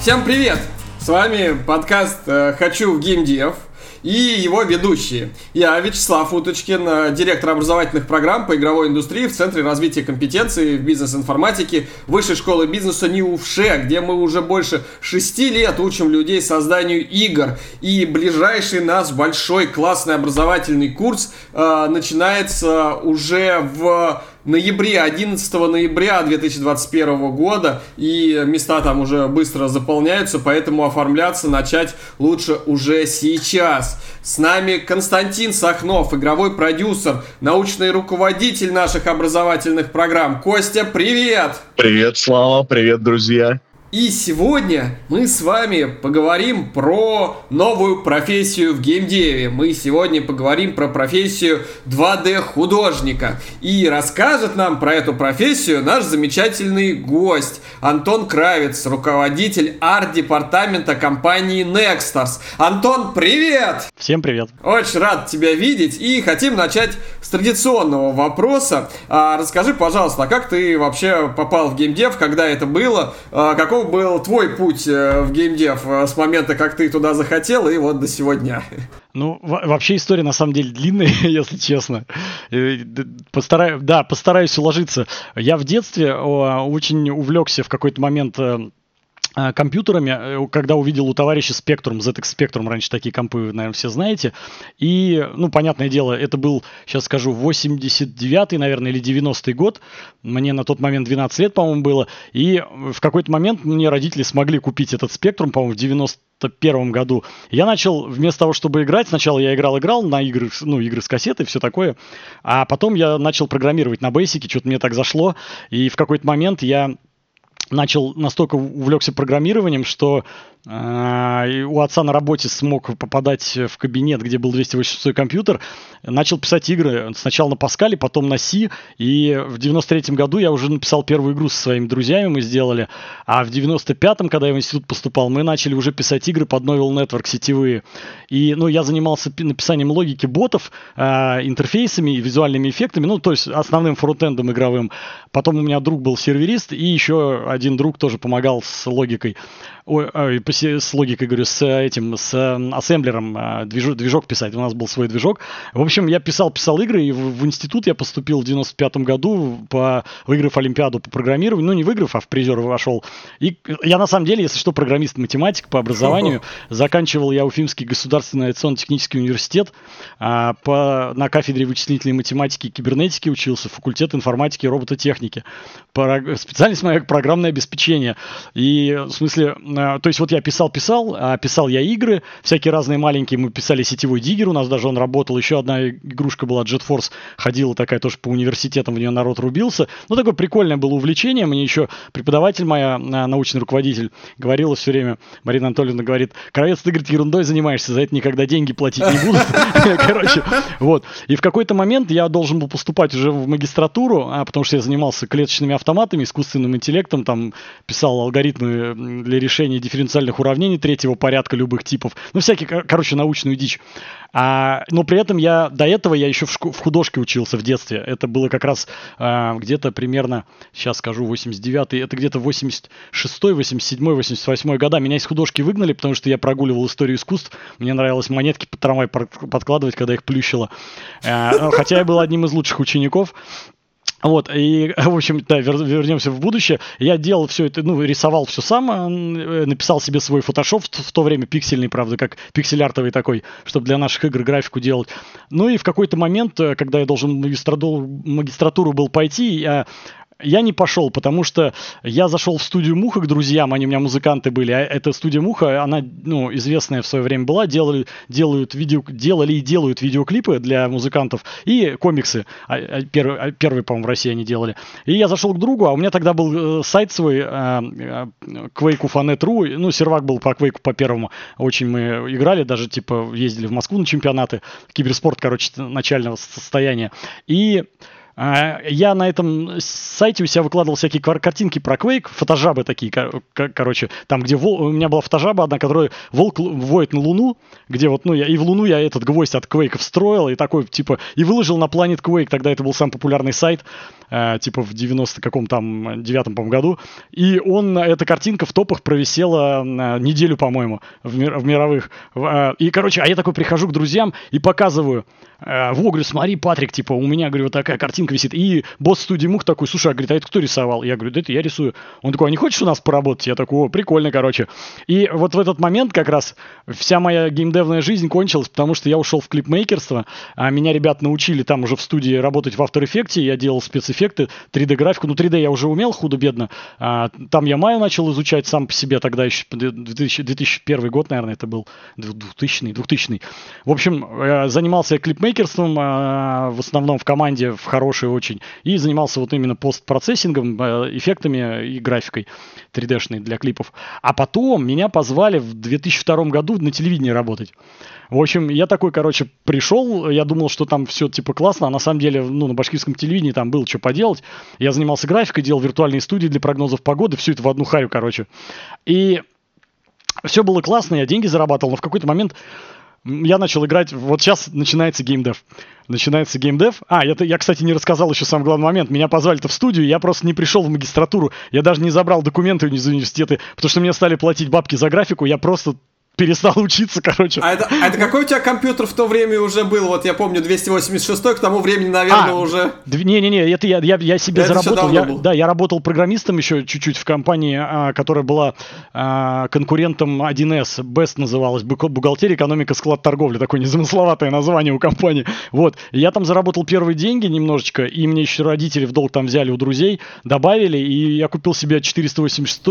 Всем привет! С вами подкаст «Хочу в геймдев» и его ведущие. Я Вячеслав Уточкин, директор образовательных программ по игровой индустрии в Центре развития компетенций в бизнес-информатике Высшей школы бизнеса НИУФШЭ, где мы уже больше 6 лет учим людей созданию игр. И ближайший наш большой классный образовательный курс начинается уже в ноябре, 11 ноября 2021 года, и места там уже быстро заполняются, поэтому оформляться начать лучше уже сейчас. С нами Константин Сахнов, игровой продюсер, научный руководитель наших образовательных программ. Костя, привет! Привет, Слава, привет, друзья! И сегодня мы с вами поговорим про новую профессию в геймдеве. Мы сегодня поговорим про профессию 2D-художника. И расскажет нам про эту профессию наш замечательный гость Антон Кравец, руководитель арт-департамента компании Nextars. Антон, привет! Всем привет! Очень рад тебя видеть. И хотим начать с традиционного вопроса. Расскажи, пожалуйста, а как ты вообще попал в геймдев, когда это было, каков был твой путь в геймдев с момента, как ты туда захотел, и вот до сегодня? Ну, вообще история на самом деле длинная, если честно. Постараюсь уложиться. Я в детстве очень увлекся в какой-то момент компьютерами, когда увидел у товарища Spectrum, ZX Spectrum, раньше такие компы, наверное, все знаете. И, понятное дело, это был, сейчас скажу, 89-й, наверное, или 90-й год. Мне на тот момент 12 лет, по-моему, было. И в какой-то момент мне родители смогли купить этот Spectrum, по-моему, в 91 году. Я начал, вместо того, чтобы играть, сначала я играл на игры, игры с кассеты, все такое. А потом я начал программировать на Basic, что-то мне так зашло. И в какой-то момент я настолько увлекся программированием, что у отца на работе смог попадать в кабинет, где был 286 компьютер, начал писать игры сначала на Паскале, потом на C, и в 93-м году я уже написал первую игру со своими друзьями, мы сделали, а в 95-м, когда я в институт поступал, мы начали уже писать игры под Novel Network сетевые, и я занимался написанием логики ботов, интерфейсами и визуальными эффектами, то есть основным фронтендом игровым. Потом у меня друг был серверист, и еще один друг тоже помогал с логикой. С логикой, говорю, с ассемблером движок писать. У нас был свой движок. В общем, я писал игры, и в институт я поступил в 95-м году, выиграв Олимпиаду по программированию. Не выиграв, а в призер вошел. И я, на самом деле, если что, программист-математик по образованию. Заканчивал я Уфимский государственный авиационно-технический университет. На кафедре вычислительной математики и кибернетики учился, факультет информатики и робототехники. Специальность моя программное обеспечение. И, в смысле, то есть вот я писал я игры, всякие разные маленькие, мы писали сетевой диггер, у нас даже он работал, еще одна игрушка была, Jet Force, ходила такая тоже по университетам, в нее народ рубился. Такое прикольное было увлечение, мне еще преподаватель моя, научный руководитель, говорила все время, Марина Анатольевна говорит: Кравец, ты, говорит, ерундой занимаешься, за это никогда деньги платить не будут. Короче, вот. И в какой-то момент я должен был поступать уже в магистратуру, потому что я занимался клеточными автоматами, искусственным интеллектом, там писал алгоритмы для решения дифференциальных уравнений третьего порядка любых типов. Всякие, научную дичь. Но при этом до этого я еще в художке учился в детстве. Это было как раз где-то примерно, сейчас скажу, 89-й, это где-то 86-й, 87-й, 88-й года. Меня из художки выгнали, потому что я прогуливал историю искусств. Мне нравилось монетки под трамвай подкладывать, когда их плющило. Хотя я был одним из лучших учеников. Вот, и, в общем, вернемся в будущее. Я делал все это, рисовал все сам, написал себе свой фотошоп, в то время пиксельный, правда, как пиксель-артовый такой, чтобы для наших игр графику делать. И в какой-то момент, когда я должен в магистратуру был пойти, я не пошел, потому что я зашел в студию Муха к друзьям, они у меня музыканты были, а эта студия Муха, она, известная в свое время была, делали и делают видеоклипы для музыкантов и комиксы, первый, по-моему, в России они делали. И я зашел к другу, а у меня тогда был сайт свой, Quake.net.ru, сервак был по Quake по первому, очень мы играли, даже, ездили в Москву на чемпионаты, киберспорт, начального состояния, и Я на этом сайте у себя выкладывал всякие картинки про Quake, фотожабы такие, короче, там, где у меня была фотожаба одна, которая волк воет на Луну, где вот, и в Луну я этот гвоздь от Quake встроил, и такой, типа, и выложил на Planet Quake, тогда это был самый популярный сайт, типа в 99-м, по-моему, году, и эта картинка в топах провисела неделю, по-моему, в мировых, и, короче, я такой прихожу к друзьям и показываю, говорю, смотри, Патрик, типа, у меня, говорю, вот такая картинка висит. И босс студии Мух такой, слушай, говорит, а это кто рисовал? Я говорю, да это я рисую. Он такой, а не хочешь у нас поработать? Я такой, прикольно, короче. И вот в этот момент как раз вся моя геймдевная жизнь кончилась, потому что я ушел в клипмейкерство, а меня ребят научили там уже в студии работать в After Effects, я делал спецэффекты, 3D-графику, 3D я уже умел худо-бедно. Там я Maya начал изучать сам по себе, тогда еще 2001 год, наверное, это был, 2000. В общем, занимался я клипмейкерством, в основном в команде, в хорошей очень, и занимался вот именно постпроцессингом, эффектами и графикой 3D-шной для клипов. А потом меня позвали в 2002 году на телевидении работать. В общем, я такой, короче, пришел, я думал, что там все типа классно, а на самом деле, на башкирском телевидении там было что поделать. Я занимался графикой, делал виртуальные студии для прогнозов погоды, все это в одну харю, короче. И все было классно, я деньги зарабатывал, но в какой-то момент я начал играть, вот сейчас начинается геймдев. Я, кстати, не рассказал еще самый главный момент. Меня позвали-то в студию, я просто не пришел в магистратуру. Я даже не забрал документы из университета, потому что мне стали платить бабки за графику. Я просто перестал учиться, короче. А это какой у тебя компьютер в то время уже был? Вот я помню, 286-й, к тому времени, наверное, уже... Не-не-не, это я себе это заработал. Я работал программистом еще чуть-чуть в компании, которая была конкурентом 1С, BEST называлась, бухгалтерия, экономика, склад торговли, такое незамысловатое название у компании. Вот, я там заработал первые деньги немножечко, и мне еще родители в долг там взяли у друзей, добавили, и я купил себе 486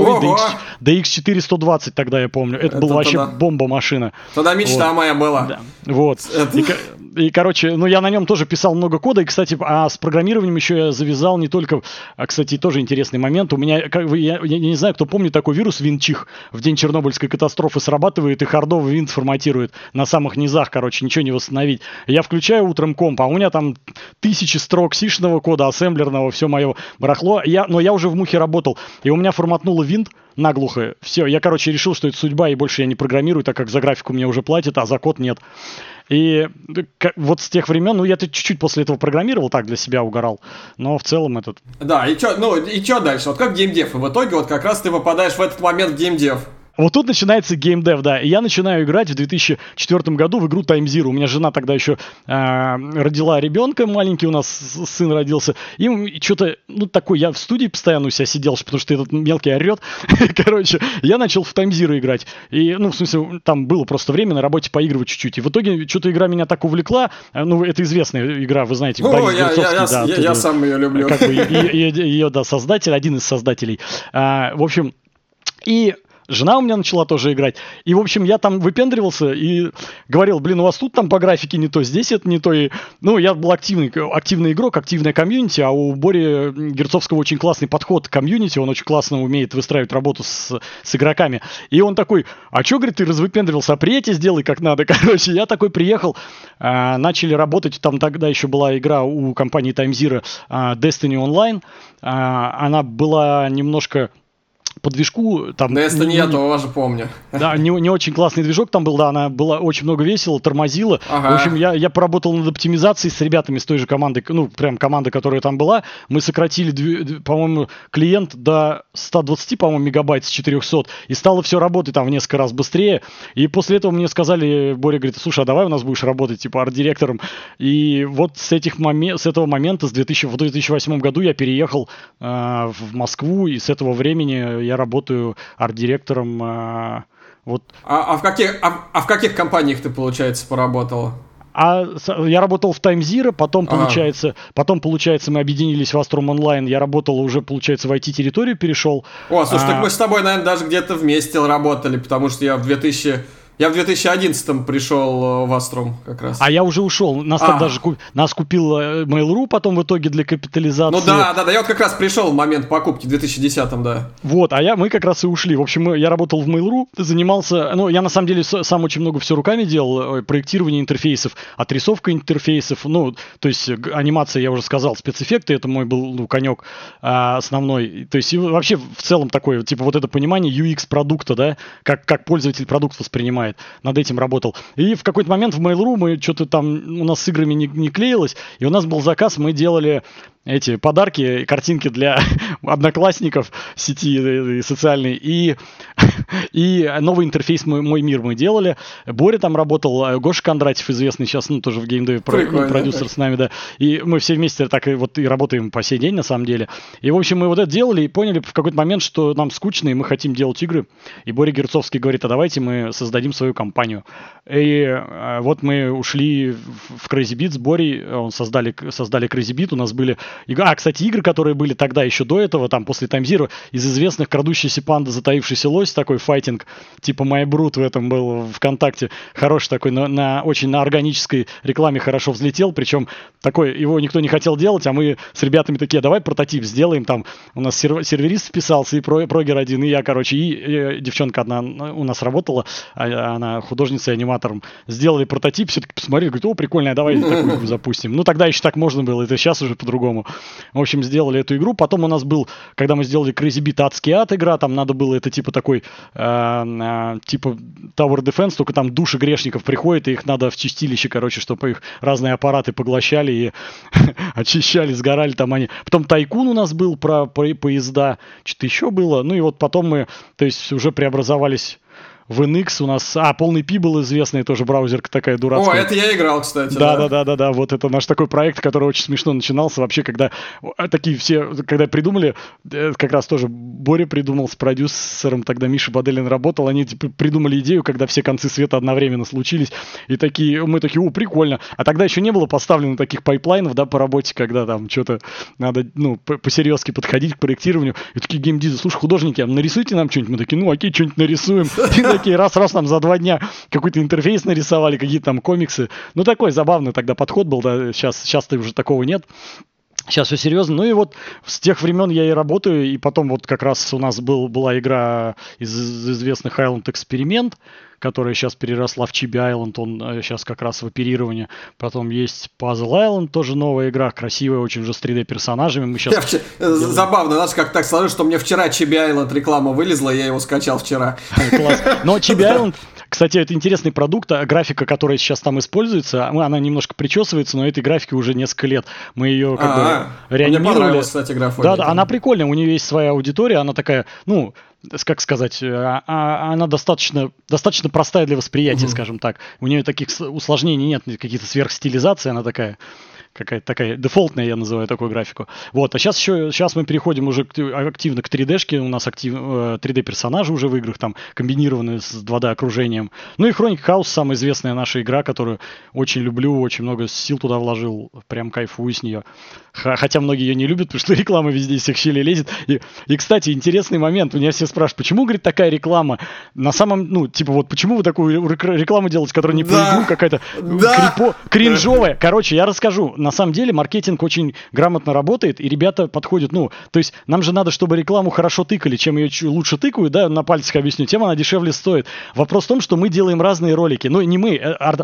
DX4 120 тогда, я помню. Это был вообще бомба-машина. Тогда мечта моя была. Да. Вот. И, короче, я на нем тоже писал много кода. И, кстати, с программированием еще я завязал не только... кстати, тоже интересный момент. У меня, я не знаю, кто помнит такой вирус Винчих. В день Чернобыльской катастрофы срабатывает и хардовый винт форматирует на самых низах, короче, ничего не восстановить. Я включаю утром комп, а у меня там 1000 строк сишного кода, ассемблерного, все мое барахло. Но я уже в Мухе работал. И у меня форматнуло винт наглухо. Все, я, короче, решил, что это судьба, и больше я не программирую, так как за графику мне уже платят, а за код нет. И вот с тех времен, я-то чуть-чуть после этого программировал, так для себя угорал, но в целом этот... Да, и что дальше? Вот как геймдев? И в итоге вот как раз ты попадаешь в этот момент в геймдев. Вот тут начинается геймдев, да. И я начинаю играть в 2004 году в игру Time Zero. У меня жена тогда еще родила ребенка, маленький у нас сын родился. И что-то, такой, я в студии постоянно у себя сидел, потому что этот мелкий орет. Короче, я начал в Time Zero играть. И, в смысле, там было просто время на работе поигрывать чуть-чуть. И в итоге что-то игра меня так увлекла. Это известная игра, вы знаете, Борис Берцовский. Я сам ее люблю. Ее, создатель, один из создателей. В общем, и... Жена у меня начала тоже играть. И, в общем, я там выпендривался и говорил, у вас тут там по графике не то, здесь это не то. И, я был активный игрок, активная комьюнити, а у Бори Герцовского очень классный подход к комьюнити, он очень классно умеет выстраивать работу с игроками. И он такой, а что, говорит, ты развыпендривался, а приедь и сделай как надо. Короче, я такой приехал, начали работать, там тогда еще была игра у компании Time Zero Destiny Online, она была немножко... по движку там... Да, если нет, то я же помню. Да, не очень классный движок там был, да, она была очень много весела, тормозила. Ага. В общем, я поработал над оптимизацией с ребятами с той же командой, прям команда, которая там была. Мы сократили, по-моему, клиент до 120, по-моему, мегабайт с 400, и стало все работать там в несколько раз быстрее. И после этого мне сказали, Боря говорит, слушай, а давай у нас будешь работать, типа, арт-директором. И вот с этого момента, в 2008 году я переехал в Москву, и с этого времени я работаю арт-директором. Вот. А в каких компаниях ты, получается, поработал? Я работал в Time Zero, потом, получается, мы объединились в Astrum Online, я работал уже, получается, в IT-территорию перешел. Слушай, так мы с тобой, наверное, даже где-то вместе работали, потому что я в 2000 Я в 2011-м пришел в Astrum как раз. А я уже ушел. Нас купил Mail.ru потом в итоге для капитализации. Ну да, я вот как раз пришел в момент покупки в 2010-м, да. Вот, мы как раз и ушли. В общем, я работал в Mail.ru, занимался... Ну, я на самом деле сам очень много все руками делал. Проектирование интерфейсов, отрисовка интерфейсов. Ну, то есть анимация, я уже сказал, спецэффекты. Это мой был конек основной. То есть и вообще в целом такое, типа вот это понимание UX продукта, да, как пользователь продукт воспринимает. Над этим работал. И в какой-то момент в Mail.ru мы что-то там, у нас с играми не клеилось, и у нас был заказ, мы делали эти подарки, картинки для одноклассников сети социальной, и новый интерфейс «Мой мир» мы делали. Боря там работал, Гоша Кондратьев, известный сейчас, тоже в геймдеве продюсер с нами, да. И мы все вместе так и работаем по сей день, на самом деле. И, в общем, мы вот это делали и поняли в какой-то момент, что нам скучно, и мы хотим делать игры. И Боря Герцовский говорит, а давайте мы создадим свою компанию. И вот мы ушли в Crazy Beat с Борей, создали Crazy Beat, у нас были... кстати, игры, которые были тогда, еще до этого, там, после Time Zero, из известных «Крадущаяся панда, затаившийся лось», такой файтинг, типа My Brute в этом был ВКонтакте, хороший такой, очень на органической рекламе хорошо взлетел, причем такой, его никто не хотел делать, а мы с ребятами такие, давай прототип сделаем, там, у нас серверист вписался, и прогер один, и я, короче, и девчонка одна у нас работала, она художницей, аниматором, сделали прототип, все-таки посмотрели, говорят, прикольно, давай такую игру запустим. Ну, тогда еще так можно было, это сейчас уже по-другому. В общем, сделали эту игру. Потом у нас был, когда мы сделали Crazy Beat адский ад игра, там надо было, это типа такой, типа Tower Defense, только там души грешников приходят, и их надо в чистилище, короче, чтобы их разные аппараты поглощали и очищали, сгорали там они. Потом Тайкун у нас был про поезда, что-то еще было. Ну и вот потом мы, то есть уже преобразовались в NX у нас... полный пи был известный, тоже браузерка такая дурацкая. Это я играл, кстати. Да. Вот это наш такой проект, который очень смешно начинался. Вообще, когда такие все... Когда придумали, как раз тоже Боря придумал с продюсером, тогда Миша Баделин работал, они типа придумали идею, когда все концы света одновременно случились. И мы такие, прикольно. А тогда еще не было поставлено таких пайплайнов, да, по работе, когда там что-то надо, посерьезки подходить к проектированию. И такие геймдизы, слушай, художники, нарисуйте нам что-нибудь. Мы такие, окей, что-нибудь нарисуем. Такие раз нам за 2 дня какой-то интерфейс нарисовали, какие-то там комиксы. Такой забавный тогда подход был, да, сейчас-то уже такого нет. Сейчас все серьезно. Ну и вот с тех времен я и работаю, и потом вот как раз у нас была игра из известных Island Experiment, которая сейчас переросла в Chibi Island, он сейчас как раз в оперировании. Потом есть Puzzle Island, тоже новая игра, красивая, очень уже с 3D-персонажами. Мы сейчас забавно, знаешь, как так сложилось, что мне вчера Chibi Island реклама вылезла, я его скачал вчера. Класс. Но Chibi Island, кстати, это интересный продукт, графика, которая сейчас там используется, она немножко причесывается, но этой графике уже несколько лет. Мы ее как бы реанимировали. Мне понравилась, кстати, графония. Да, она прикольная, у нее есть своя аудитория, она такая, как сказать, она достаточно простая для восприятия, скажем так. У нее таких усложнений нет, каких-то сверхстилизаций, она такая какая-то такая дефолтная, я называю такую графику. Вот, а сейчас мы переходим уже активно к 3D-шке, у нас 3D-персонажи уже в играх, там, комбинированные с 2D-окружением. Ну и Chronic House, самая известная наша игра, которую очень люблю, очень много сил туда вложил, прям кайфую с нее. Хотя многие ее не любят, потому что реклама везде из всех щелей лезет. И, кстати, интересный момент, меня все спрашивают, почему, говорит, такая реклама? На самом, почему вы такую рекламу делаете, которая не по игру, какая-то кринжовая? Короче, я расскажу. На самом деле маркетинг очень грамотно работает, и ребята подходят, то есть нам же надо, чтобы рекламу хорошо тыкали. Чем ее лучше тыкают, да, на пальцах объясню, тем она дешевле стоит. Вопрос в том, что мы делаем разные ролики. Не мы,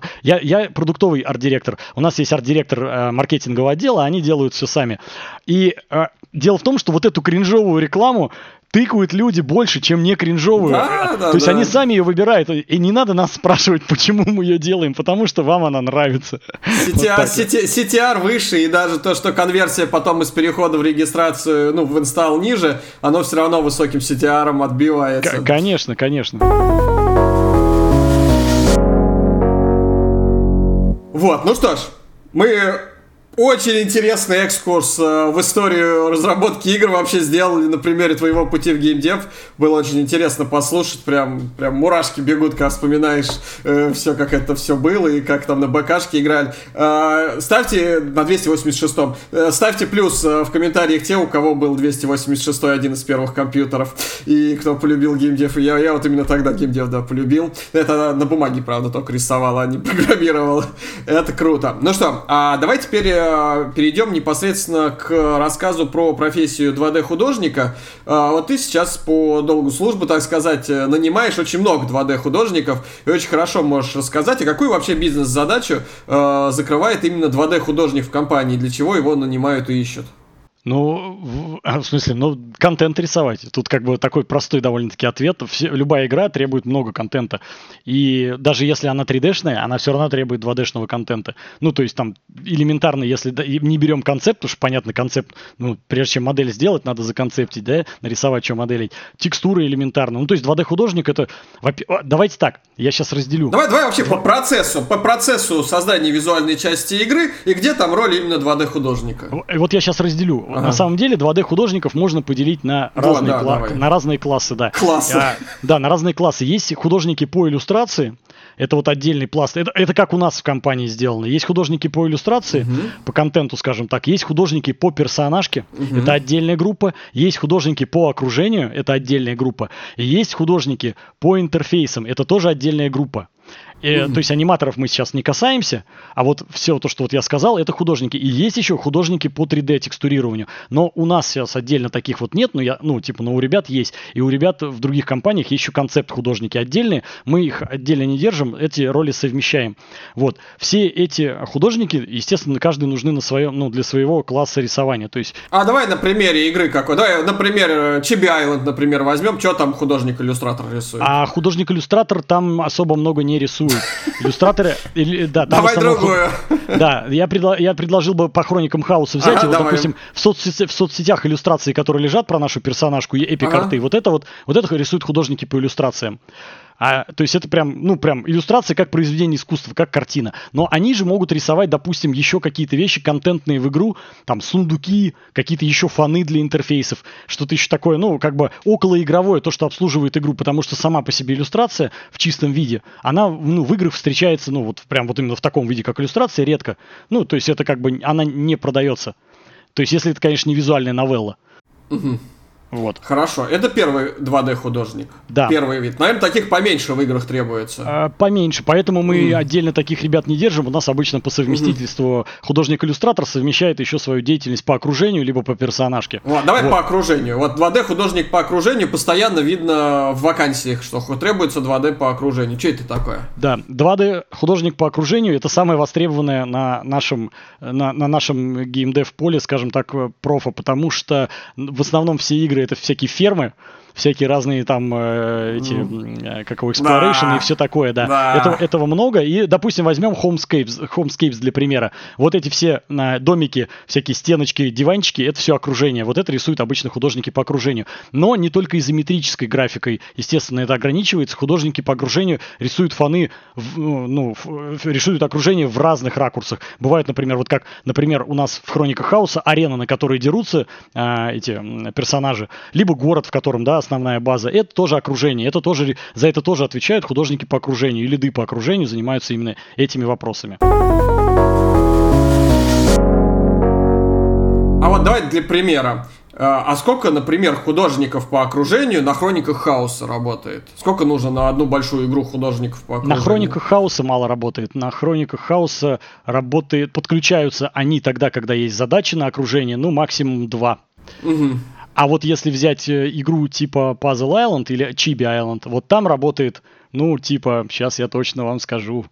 я продуктовый арт-директор. У нас есть арт-директор маркетингового отдела, они делают все сами. И дело в том, что вот эту кринжовую рекламу тыкают люди больше, чем не кринжовую. То есть они сами ее выбирают. И не надо нас спрашивать, почему мы ее делаем, потому что вам она нравится. CTR выше, и даже то, что конверсия потом из перехода в регистрацию, в инсталл ниже, оно все равно высоким CTR отбивается. Конечно. Вот, ну что ж, мы Очень интересный экскурс в историю разработки игр вообще сделали на примере твоего пути в геймдев. Было очень интересно послушать, прям мурашки бегут, когда вспоминаешь все, как это все было и как там на БКшке играли. Ставьте на 286-м. Ставьте плюс в комментариях те, у кого был 286-й, один из первых компьютеров, и кто полюбил геймдев. И я вот именно тогда геймдев, да, полюбил. Это на бумаге, правда, только рисовал, а не программировал. Это круто. Ну что, давай теперь перейдем непосредственно к рассказу про профессию 2D-художника. Вот ты сейчас по долгу службы, так сказать, нанимаешь очень много 2D-художников и очень хорошо можешь рассказать, а какую вообще бизнес-задачу закрывает именно 2D-художник в компании, для чего его нанимают и ищут? Ну, в смысле, контент рисовать. Тут как бы такой простой довольно-таки ответ. Любая игра требует много контента. И даже если она 3D-шная, она все равно требует 2D-шного контента. Ну, то есть там элементарно, если не берем концепт, потому что, понятно, концепт, прежде чем модель сделать, надо законцептить, да, нарисовать, что моделить. Текстуры элементарно. Ну, то есть 2D-художник это... Давайте так, я сейчас разделю. Давай вообще по процессу создания визуальной части игры и где там роль именно 2D-художника. Вот я сейчас разделю. На самом деле 2D-художников можно поделить на разные классы. Да. Классы. Да, на разные классы. Есть художники по иллюстрации. Это вот отдельный пласт. Это как у нас в компании сделано. Есть художники по иллюстрации, по контенту, скажем так. Есть художники по персонажке. Это отдельная группа. Есть художники по окружению. Это отдельная группа. И есть художники по интерфейсам. Это тоже отдельная группа. То есть аниматоров мы сейчас не касаемся, а вот все то, что вот я сказал, это художники. И есть еще художники по 3D-текстурированию. Но у нас сейчас отдельно таких вот нет, но у ребят есть. И у ребят в других компаниях есть еще концепт-художники отдельные. Мы их отдельно не держим, эти роли совмещаем. Вот. Все эти художники, естественно, каждый нужны для своего класса рисования. То есть... давай на примере игры какой. Давай, например, Chibi Island, например, возьмем. Что там художник-иллюстратор рисует? А художник-иллюстратор там особо много не рисует. Иллюстраторы... Давай другую. Да, я предложил бы по хроникам Хауса взять. Допустим, в соцсетях иллюстрации, которые лежат про нашу персонажку и эпик-арты, вот это рисуют художники по иллюстрациям. То есть это прям иллюстрация как произведение искусства, как картина. Но они же могут рисовать, допустим, еще какие-то вещи контентные в игру, там сундуки, какие-то еще фоны для интерфейсов, что-то еще такое, околоигровое, то, что обслуживает игру, потому что сама по себе иллюстрация в чистом виде, она, в играх встречается, именно в таком виде, как иллюстрация, редко. То есть это она не продается. То есть если это, конечно, не визуальная новелла. Вот. Хорошо, это первый 2D-художник. Да. Первый вид. Наверное, таких поменьше в играх требуется. Поменьше, поэтому мы отдельно таких ребят не держим. У нас обычно по совместительству художник-иллюстратор совмещает еще свою деятельность по окружению, либо по персонажке. Давай по окружению. 2D-художник по окружению постоянно видно в вакансиях, что требуется 2D по окружению. Что это такое? Да, 2D-художник по окружению — это самое востребованное на нашем геймдев-поле, скажем так, профа, потому что в основном все игры — это всякие фермы, всякие разные там exploration и все такое, да. Этого много. И, допустим, возьмем Homescapes для примера. Вот эти все домики, всякие стеночки, диванчики, это все окружение. Вот это рисуют обычно художники по окружению. Но не только изометрической графикой, естественно, это ограничивается. Художники по окружению рисуют фоны, рисуют окружение в разных ракурсах. Бывает, например, у нас в Хрониках Хауса арена, на которой дерутся эти персонажи, либо город, в котором, основная база, это тоже окружение, за это тоже отвечают художники по окружению, и лиды по окружению занимаются именно этими вопросами. Давай для примера. А сколько, например, художников по окружению на Хрониках Хаоса работает? Сколько нужно на одну большую игру художников по окружению? На Хрониках Хаоса мало работает. На Хрониках Хаоса подключаются они тогда, когда есть задачи на окружение, максимум 2. А вот если взять игру типа Puzzle Island или Chibi Island, вот там работает, сейчас я точно вам скажу,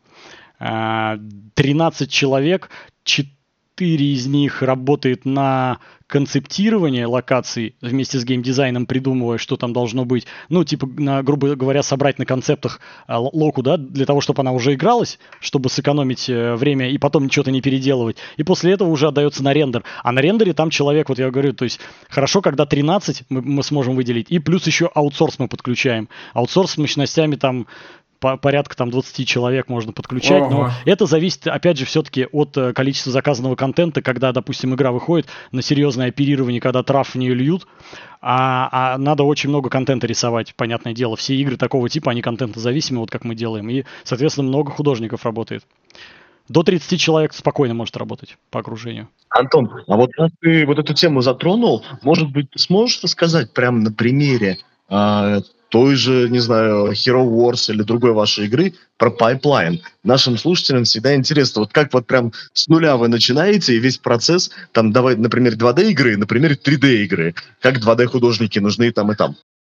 13 человек, 4 из них работает на концептирование локаций вместе с геймдизайном, придумывая, что там должно быть. Грубо говоря, собрать на концептах локу, для того, чтобы она уже игралась, чтобы сэкономить время и потом что-то не переделывать. И после этого уже отдается на рендер. А на рендере там человек, я говорю, то есть хорошо, когда 13 мы сможем выделить. И плюс еще аутсорс мы подключаем. Аутсорс с мощностями там порядка там 20 человек можно подключать, но это зависит, опять же, все-таки от количества заказанного контента, когда, допустим, игра выходит на серьезное оперирование, когда трав в нее льют, а надо очень много контента рисовать, понятное дело. Все игры такого типа, они контентозависимы, вот как мы делаем, и, соответственно, много художников работает. До 30 человек спокойно может работать по окружению. Антон, а вот раз ты вот эту тему затронул, может быть, ты сможешь рассказать прямо на примере той же, не знаю, Hero Wars или другой вашей игры про пайплайн? Нашим слушателям всегда интересно, вот как вот прям с нуля вы начинаете, и весь процесс, там, давай, например, 2D-игры, например, 3D-игры, как 2D-художники нужны там и там.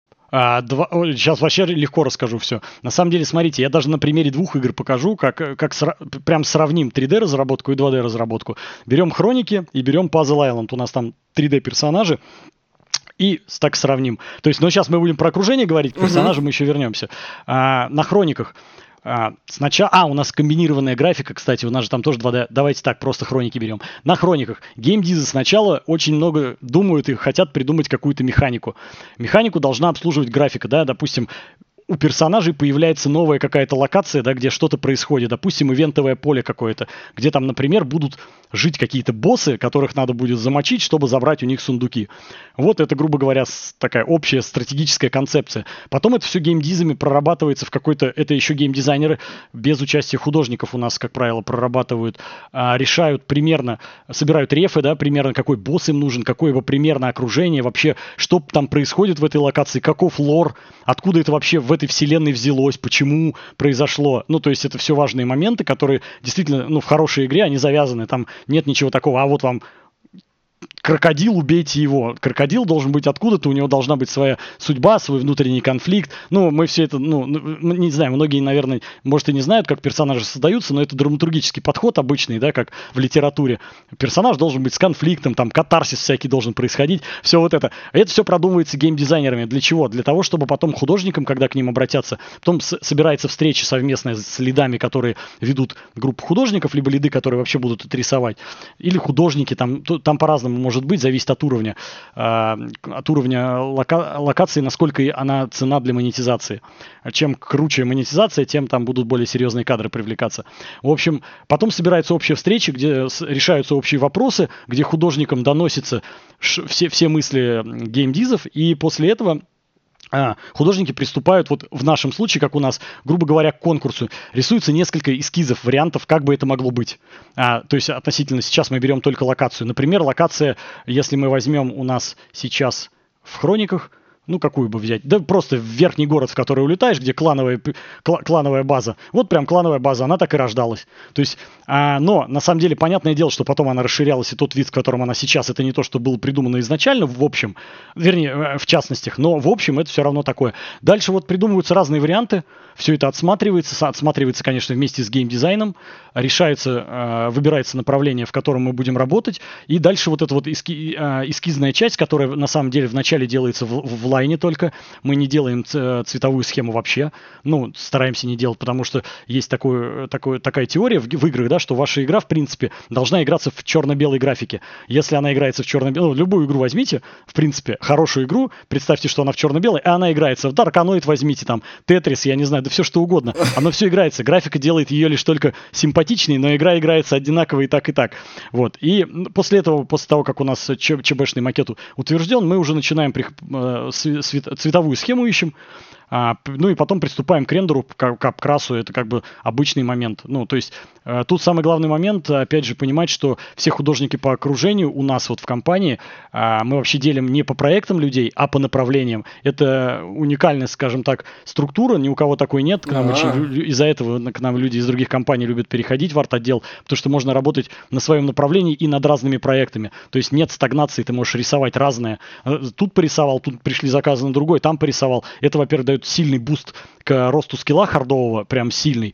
Сейчас вообще легко расскажу все. На самом деле, смотрите, я даже на примере 2 игр покажу, как прям сравним 3D-разработку и 2D-разработку. Берем Хроники и берем Puzzle Island. У нас там 3D-персонажи. И так сравним. То есть, но сейчас мы будем про окружение говорить, к персонажам мы еще вернемся. На Хрониках. Сначала, у нас комбинированная графика, кстати, у нас же там тоже 2D. Давайте так, просто Хроники берем. На Хрониках геймдизы сначала очень много думают и хотят придумать какую-то механику. Механику должна обслуживать графика, да, допустим, у персонажей появляется новая какая-то локация, да, где что-то происходит. Допустим, ивентовое поле какое-то, где там, например, будут жить какие-то боссы, которых надо будет замочить, чтобы забрать у них сундуки. Вот это, грубо говоря, такая общая стратегическая концепция. Потом это все геймдизами прорабатывается в какой-то... Это еще геймдизайнеры без участия художников у нас, как правило, прорабатывают, решают примерно, собирают рефы, да, примерно какой босс им нужен, какое его примерно окружение, вообще, что там происходит в этой локации, каков лор, откуда это вообще в этой вселенной взялось, почему произошло. Ну, то есть это все важные моменты, которые действительно, в хорошей игре, они завязаны, там нет ничего такого, а вот вам крокодил, убейте его. Крокодил должен быть откуда-то, у него должна быть своя судьба, свой внутренний конфликт. Мы все это, не знаю, многие, наверное, может и не знают, как персонажи создаются, но это драматургический подход обычный, да, как в литературе. Персонаж должен быть с конфликтом, там, катарсис всякий должен происходить, все вот это. Это все продумывается геймдизайнерами. Для чего? Для того, чтобы потом художникам, когда к ним обратятся, потом собирается встреча совместная с лидами, которые ведут группу художников, либо лиды, которые вообще будут это рисовать, или художники, там по-разному может быть, зависит от уровня локации, насколько она цена для монетизации. Чем круче монетизация, тем там будут более серьезные кадры привлекаться. В общем, потом собираются общие встречи, где решаются общие вопросы, где художникам доносятся все мысли геймдизов, и после этого художники приступают, вот в нашем случае, как у нас, грубо говоря, к конкурсу. Рисуется несколько эскизов, вариантов, как бы это могло быть. То есть относительно сейчас мы берем только локацию. Например, локация, если мы возьмем у нас сейчас в Хрониках, какую бы взять? Да просто в верхний город, в который улетаешь, где клановая база. Вот прям клановая база, она так и рождалась. То есть, но на самом деле понятное дело, что потом она расширялась, и тот вид, в котором она сейчас, это не то, что было придумано изначально, в общем, вернее, в частностях, но в общем это все равно такое. Дальше вот придумываются разные варианты, все это отсматривается, конечно, вместе с геймдизайном, выбирается направление, в котором мы будем работать, и дальше вот эта вот эскизная часть, которая на самом деле вначале делается в лайне только, мы не делаем цветовую схему вообще, стараемся не делать, потому что есть такая теория в играх, да, что ваша игра, в принципе, должна играться в черно-белой графике. Если она играется в черно-белой, любую игру возьмите, в принципе, хорошую игру, представьте, что она в черно-белой, а она играется в Darkanoid, возьмите там, Тетрис, я не знаю, да все что угодно, оно все играется, графика делает ее лишь только симпатичней, но игра играется одинаково и так, и так. Вот, и после того, как у нас ЧБшный макет утвержден, мы уже начинаем цветовую схему ищем, и потом приступаем к рендеру, к обкрасу, это как бы обычный момент. То есть тут самый главный момент, опять же, понимать, что все художники по окружению у нас вот в компании, мы вообще делим не по проектам людей, а по направлениям. Это уникальная, скажем так, структура, ни у кого такой нет. Из-за этого к нам люди из других компаний любят переходить в арт-отдел, потому что можно работать на своем направлении и над разными проектами. То есть нет стагнации, ты можешь рисовать разное. Тут порисовал, тут пришли заказы на другой, там порисовал. Это, во-первых, дает сильный буст к росту скилла хардового, прям сильный.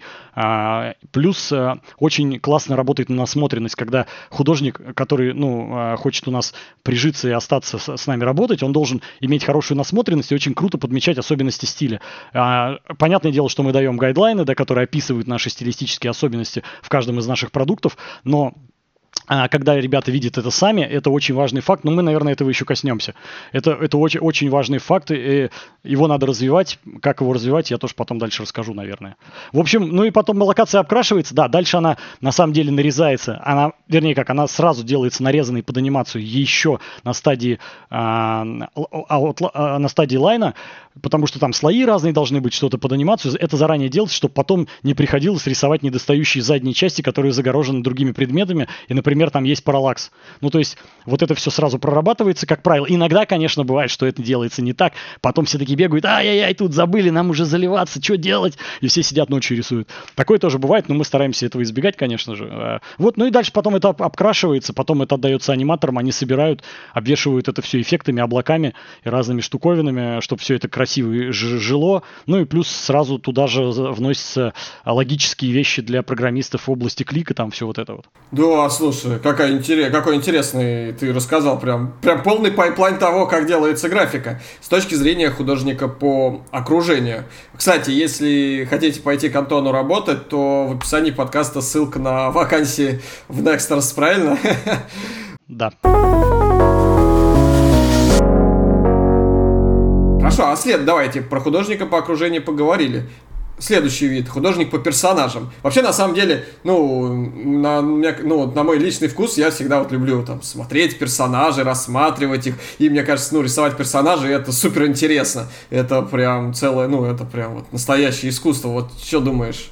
Плюс очень классно работает на насмотренность, когда художник, который хочет у нас прижиться и остаться с нами работать, он должен иметь хорошую насмотренность и очень круто подмечать особенности стиля. Понятное дело, что мы даем гайдлайны, да, которые описывают наши стилистические особенности в каждом из наших продуктов, но когда ребята видят это сами, это очень важный факт, но мы, наверное, этого еще коснемся. Это очень, очень важный факт, и его надо развивать. Как его развивать, я тоже потом дальше расскажу, наверное. В общем, ну и потом локация обкрашивается, да, дальше она на самом деле нарезается, она сразу делается нарезанной под анимацию еще на стадии лайна, потому что там слои разные должны быть, что-то под анимацию. Это заранее делается, чтобы потом не приходилось рисовать недостающие задние части, которые загорожены другими предметами, и, например, там есть параллакс. Ну, то есть, вот это все сразу прорабатывается, как правило. Иногда, конечно, бывает, что это делается не так. Потом все таки бегают: ай-яй-яй, тут забыли, нам уже заливаться, что делать? И все сидят ночью рисуют. Такое тоже бывает, но мы стараемся этого избегать, конечно же. Вот, ну и дальше потом это обкрашивается, потом это отдается аниматорам, они собирают, обвешивают это все эффектами, облаками и разными штуковинами, чтобы все это красиво жило. Ну и плюс сразу туда же вносятся логические вещи для программистов в области клика, там все вот это вот. Да, слушай, какой интересный ты рассказал, прям полный пайплайн того, как делается графика с точки зрения художника по окружению. Кстати, если хотите пойти к Антону работать, то в описании подкаста ссылка на вакансии в Nexters, правильно? Да. Хорошо, давайте про художника по окружению поговорили. Следующий вид — художник по персонажам. Вообще, на самом деле, на мой личный вкус, я всегда вот люблю там смотреть персонажей, рассматривать их. И мне кажется, рисовать персонажей — это супер интересно. Это прям целое, это прям вот настоящее искусство. Вот что думаешь?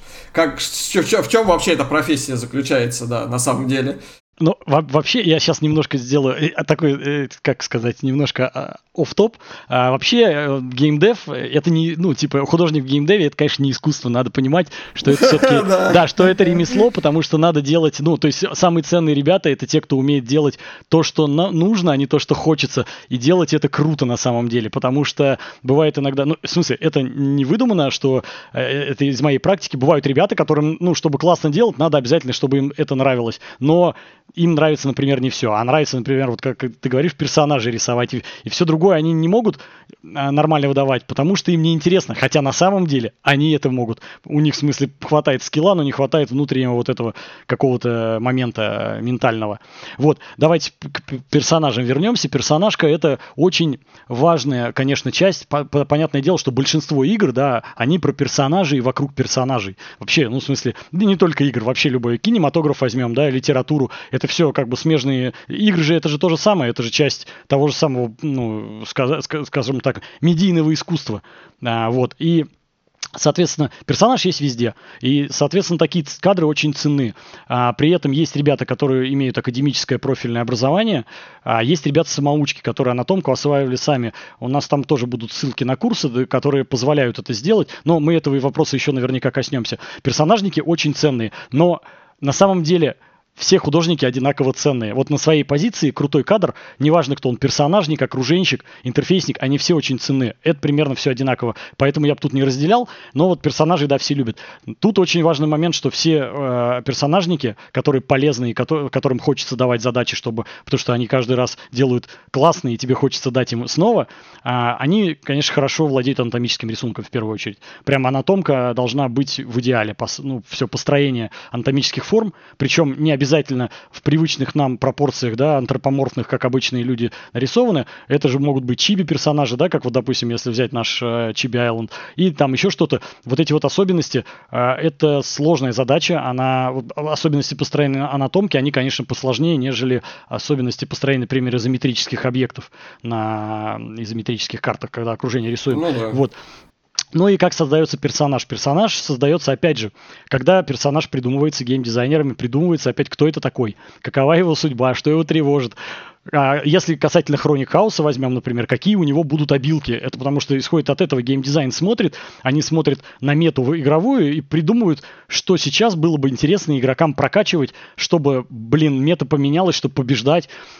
В чем вообще эта профессия заключается, да, на самом деле? Ну, вообще, я сейчас немножко сделаю такой, как сказать, немножко офф-топ. Вообще, геймдев, это не, художник в геймдеве, это, конечно, не искусство, надо понимать, что это все-таки, да, что это ремесло, потому что надо делать, то есть самые ценные ребята — это те, кто умеет делать то, что нужно, а не то, что хочется, и делать это круто на самом деле, потому что бывает иногда, в смысле, это не выдумано, что это из моей практики, бывают ребята, которым, чтобы классно делать, надо обязательно, чтобы им это нравилось, но им нравится, например, не все. А нравится, например, вот как ты говоришь, персонажей рисовать и все другое они не могут нормально выдавать, потому что им не интересно. Хотя на самом деле они это могут. У них, в смысле, хватает скилла, но не хватает внутреннего вот этого какого-то момента ментального. Вот, давайте к персонажам вернемся. Персонажка — это очень важная, конечно, часть. Понятное дело, что большинство игр, да, они про персонажей и вокруг персонажей. Вообще, в смысле, не только игр, вообще любой кинематограф возьмем, да, литературу. Это все как бы смежные игры же, это же то же самое, это же часть того же самого, скажем так, медийного искусства. Вот, и соответственно, персонаж есть везде, и, соответственно, такие кадры очень ценны. При этом есть ребята, которые имеют академическое профильное образование, есть ребята-самоучки, которые анатомку осваивали сами. У нас там тоже будут ссылки на курсы, которые позволяют это сделать, но мы этого вопроса еще наверняка коснемся. Персонажники очень ценные, но на самом деле все художники одинаково ценные. Вот на своей позиции крутой кадр, неважно, кто он, персонажник, окруженщик, интерфейсник, они все очень ценны. Это примерно все одинаково. Поэтому я бы тут не разделял, но вот персонажей, да, все любят. Тут очень важный момент, что все персонажники, которые полезны и которым хочется давать задачи, потому что они каждый раз делают классные, и тебе хочется дать им снова, они, конечно, хорошо владеют анатомическим рисунком в первую очередь. Прям анатомка должна быть в идеале. Все построение анатомических форм, причем не обязательно в привычных нам пропорциях, да, антропоморфных, как обычные люди нарисованы. Это же могут быть чиби-персонажи, да, как вот, допустим, если взять наш Chibi Island, и там еще что-то. Вот эти вот особенности, это сложная задача, особенности построения анатомки, они, конечно, посложнее, нежели особенности построения, например, изометрических объектов на изометрических картах, когда окружение рисуем. Да. Вот. Ну и как создается персонаж? Персонаж создается, опять же, когда персонаж придумывается геймдизайнерами, придумывается опять, кто это такой, какова его судьба, что его тревожит. Если касательно Хроник Хаоса возьмем, например, какие у него будут обилки, это потому что исходит от этого геймдизайн смотрит, они смотрят на мету игровую и придумывают, что сейчас было бы интересно игрокам прокачивать, чтобы, мета поменялась, чтобы побеждать.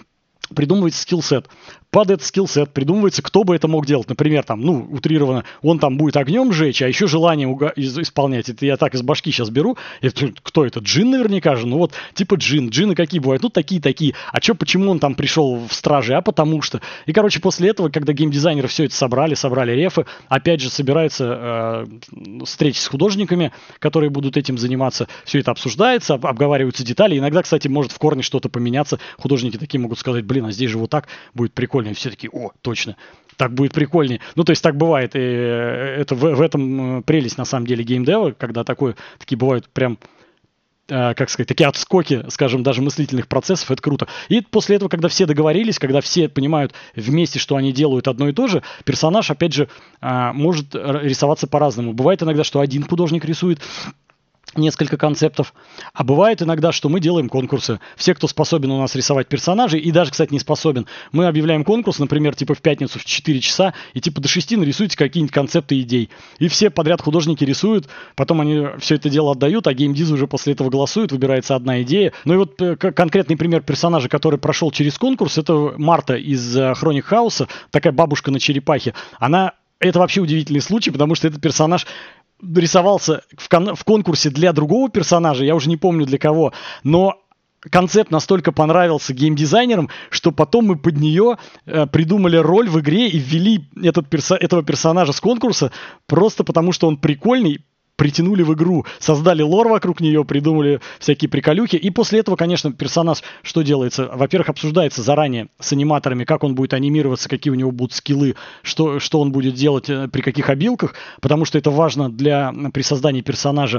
придумывается скиллсет. Под этот скиллсет придумывается, кто бы это мог делать. Например, там, ну, утрированно, он там будет огнем жечь, а еще желание исполнять. Это я так из башки сейчас беру. Кто это? Джин наверняка же. Ну вот, типа джин. Джины какие бывают? Ну, такие. А что, почему он там пришел в стражи? А потому что. И, короче, после этого, когда геймдизайнеры все это собрали рефы, опять же, собираются встречи с художниками, которые будут этим заниматься. Все это обсуждается, обговариваются детали. Иногда, кстати, может в корне что-то поменяться. Художники такие могут сказать, блин, а здесь же вот так будет прикольно. И все такие, о, точно, так будет прикольнее. Ну, то есть так бывает. И это в этом прелесть, на самом деле, геймдева, когда такие бывают прям, как сказать, такие отскоки, скажем, даже мыслительных процессов, это круто. И после этого, когда все договорились, когда все понимают вместе, что они делают одно и то же, персонаж, опять же, может рисоваться по-разному. Бывает иногда, что один художник рисует несколько концептов. А бывает иногда, что мы делаем конкурсы. Все, кто способен у нас рисовать персонажей, и даже, кстати, не способен, мы объявляем конкурс, например, типа в пятницу в 4 часа, и типа до 6 нарисуйте какие-нибудь концепты идей. И все подряд художники рисуют, потом они все это дело отдают, а геймдизы уже после этого голосуют, выбирается одна идея. Ну и вот конкретный пример персонажа, который прошел через конкурс, это Марта из Хроник Хауса, такая бабушка на черепахе. Это вообще удивительный случай, потому что этот персонаж рисовался в конкурсе для другого персонажа, я уже не помню для кого, но концепт настолько понравился геймдизайнерам, что потом мы под нее придумали роль в игре и ввели этого персонажа с конкурса просто потому, что он прикольный, притянули в игру, создали лор вокруг нее, придумали всякие приколюхи. И после этого, конечно, персонаж, что делается? Во-первых, обсуждается заранее с аниматорами, как он будет анимироваться, какие у него будут скиллы, что он будет делать при каких обилках, потому что это важно при создании персонажа,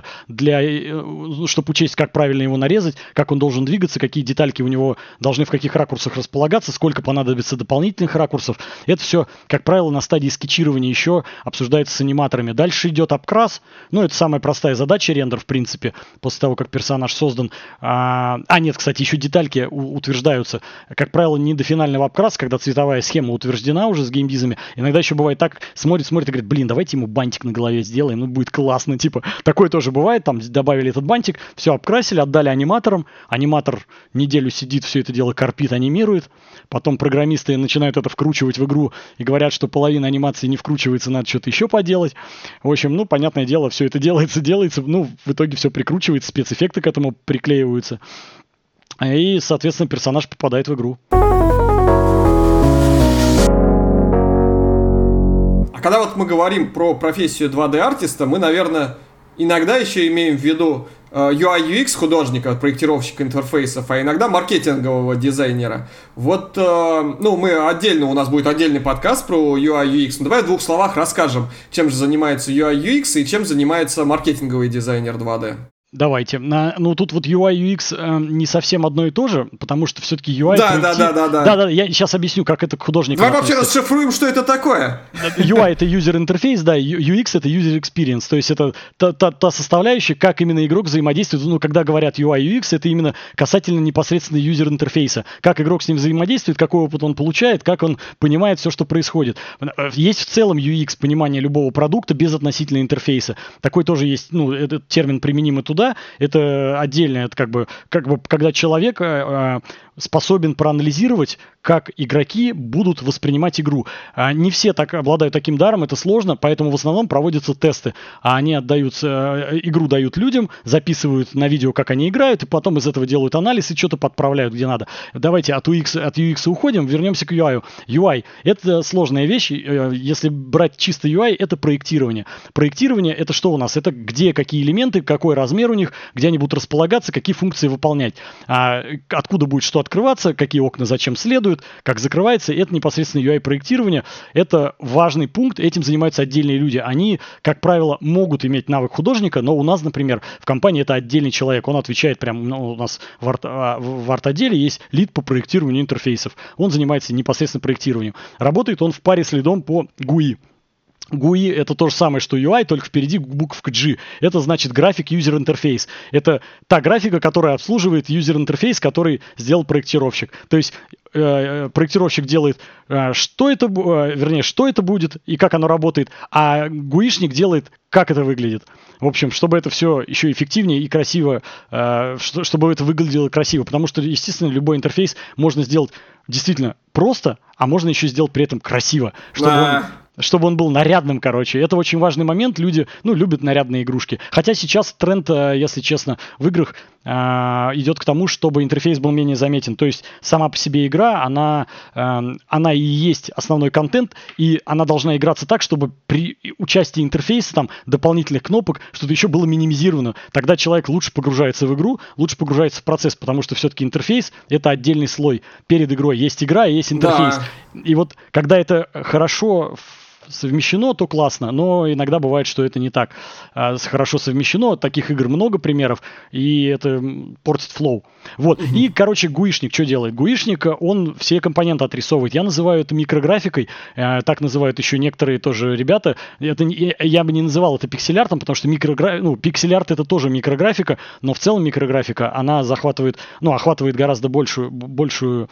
чтобы учесть, как правильно его нарезать, как он должен двигаться, какие детальки у него должны в каких ракурсах располагаться, сколько понадобится дополнительных ракурсов. Это все, как правило, на стадии скетчирования еще обсуждается с аниматорами. Дальше идет обкрас. Ну, это самая простая задача, рендер, в принципе, после того, как персонаж создан. Нет, кстати, еще детальки утверждаются. Как правило, не до финального обкраса, когда цветовая схема утверждена уже с геймдизами. Иногда еще бывает так, смотрит и говорит, блин, давайте ему бантик на голове сделаем, ну, будет классно, типа. Такое тоже бывает, там добавили этот бантик, все обкрасили, отдали аниматорам. Аниматор неделю сидит, все это дело корпит, анимирует. Потом программисты начинают это вкручивать в игру и говорят, что половина анимации не вкручивается, надо что-то еще поделать. В общем, ну, понятное дело, все это делается, ну, в итоге все прикручивается, спецэффекты к этому приклеиваются. И, соответственно, персонаж попадает в игру. А когда вот мы говорим про профессию 2D-артиста, мы, наверное, иногда еще имеем в виду UI/UX художника, проектировщика интерфейсов, а иногда маркетингового дизайнера. Вот, у нас будет отдельный подкаст про UI/UX, но давай в двух словах расскажем, чем же занимается UI/UX и чем занимается маркетинговый дизайнер 2D. Давайте. Тут вот UI, UX не совсем одно и то же, потому что все-таки UI... Да, я сейчас объясню, как это к художнику Давай вообще расшифруем, что это такое. UI — это user interface, да, UX — это user experience, то есть это та составляющая, как именно игрок взаимодействует. Ну, когда говорят UI, UX, это именно касательно непосредственно user интерфейса. Как игрок с ним взаимодействует, какой опыт он получает, как он понимает все, что происходит. Есть в целом UX, понимание любого продукта без относительного интерфейса. Такой тоже есть, этот термин применим и туда. Это отдельно, это как бы когда человек способен проанализировать, как игроки будут воспринимать игру. Не все обладают таким даром, это сложно, поэтому в основном проводятся тесты. Они игру дают людям, записывают на видео, как они играют, и потом из этого делают анализ и что-то подправляют, где надо. Давайте от UX уходим, вернемся к UI. UI — это сложная вещь. Если брать чисто UI, это проектирование. Проектирование — это что у нас? Это где какие элементы, какой размер у них, где они будут располагаться, какие функции выполнять. Откуда будет что открываться, какие окна зачем следуют, как закрывается. Это непосредственно UI-проектирование. Это важный пункт, этим занимаются отдельные люди. Они, как правило, могут иметь навык художника, но у нас, например, в компании это отдельный человек. Он отвечает прямо, у нас в арт-отделе есть лид по проектированию интерфейсов. Он занимается непосредственно проектированием. Работает он в паре с лидом по GUI. GUI — это то же самое, что UI, только впереди буковка G. Это значит график User Interface. Это та графика, которая обслуживает User Interface, который сделал проектировщик. То есть проектировщик делает, что это будет и как оно работает, а GUI-шник делает, как это выглядит. В общем, чтобы это все еще эффективнее и красиво, чтобы это выглядело красиво. Потому что, естественно, любой интерфейс можно сделать действительно просто, а можно еще сделать при этом красиво, чтобы он был нарядным, короче. Это очень важный момент. Люди, любят нарядные игрушки. Хотя сейчас тренд, если честно, в играх идет к тому, чтобы интерфейс был менее заметен. То есть сама по себе игра, она и есть основной контент, и она должна играться так, чтобы при участии интерфейса, там, дополнительных кнопок, что-то еще было минимизировано. Тогда человек лучше погружается в игру, лучше погружается в процесс, потому что все-таки интерфейс — это отдельный слой. Перед игрой есть игра и есть интерфейс. Да. И вот когда это хорошо совмещено, то классно, но иногда бывает, что это не так хорошо совмещено. Таких игр много примеров, и это портит флоу. Вот. И, короче, GUI-шник что делает? GUI-шник, он все компоненты отрисовывает. Я называю это микрографикой, так называют еще некоторые тоже ребята. Я бы не называл это пиксель-артом, потому что пиксель-арт — это тоже микрографика, но в целом микрографика, она охватывает гораздо большую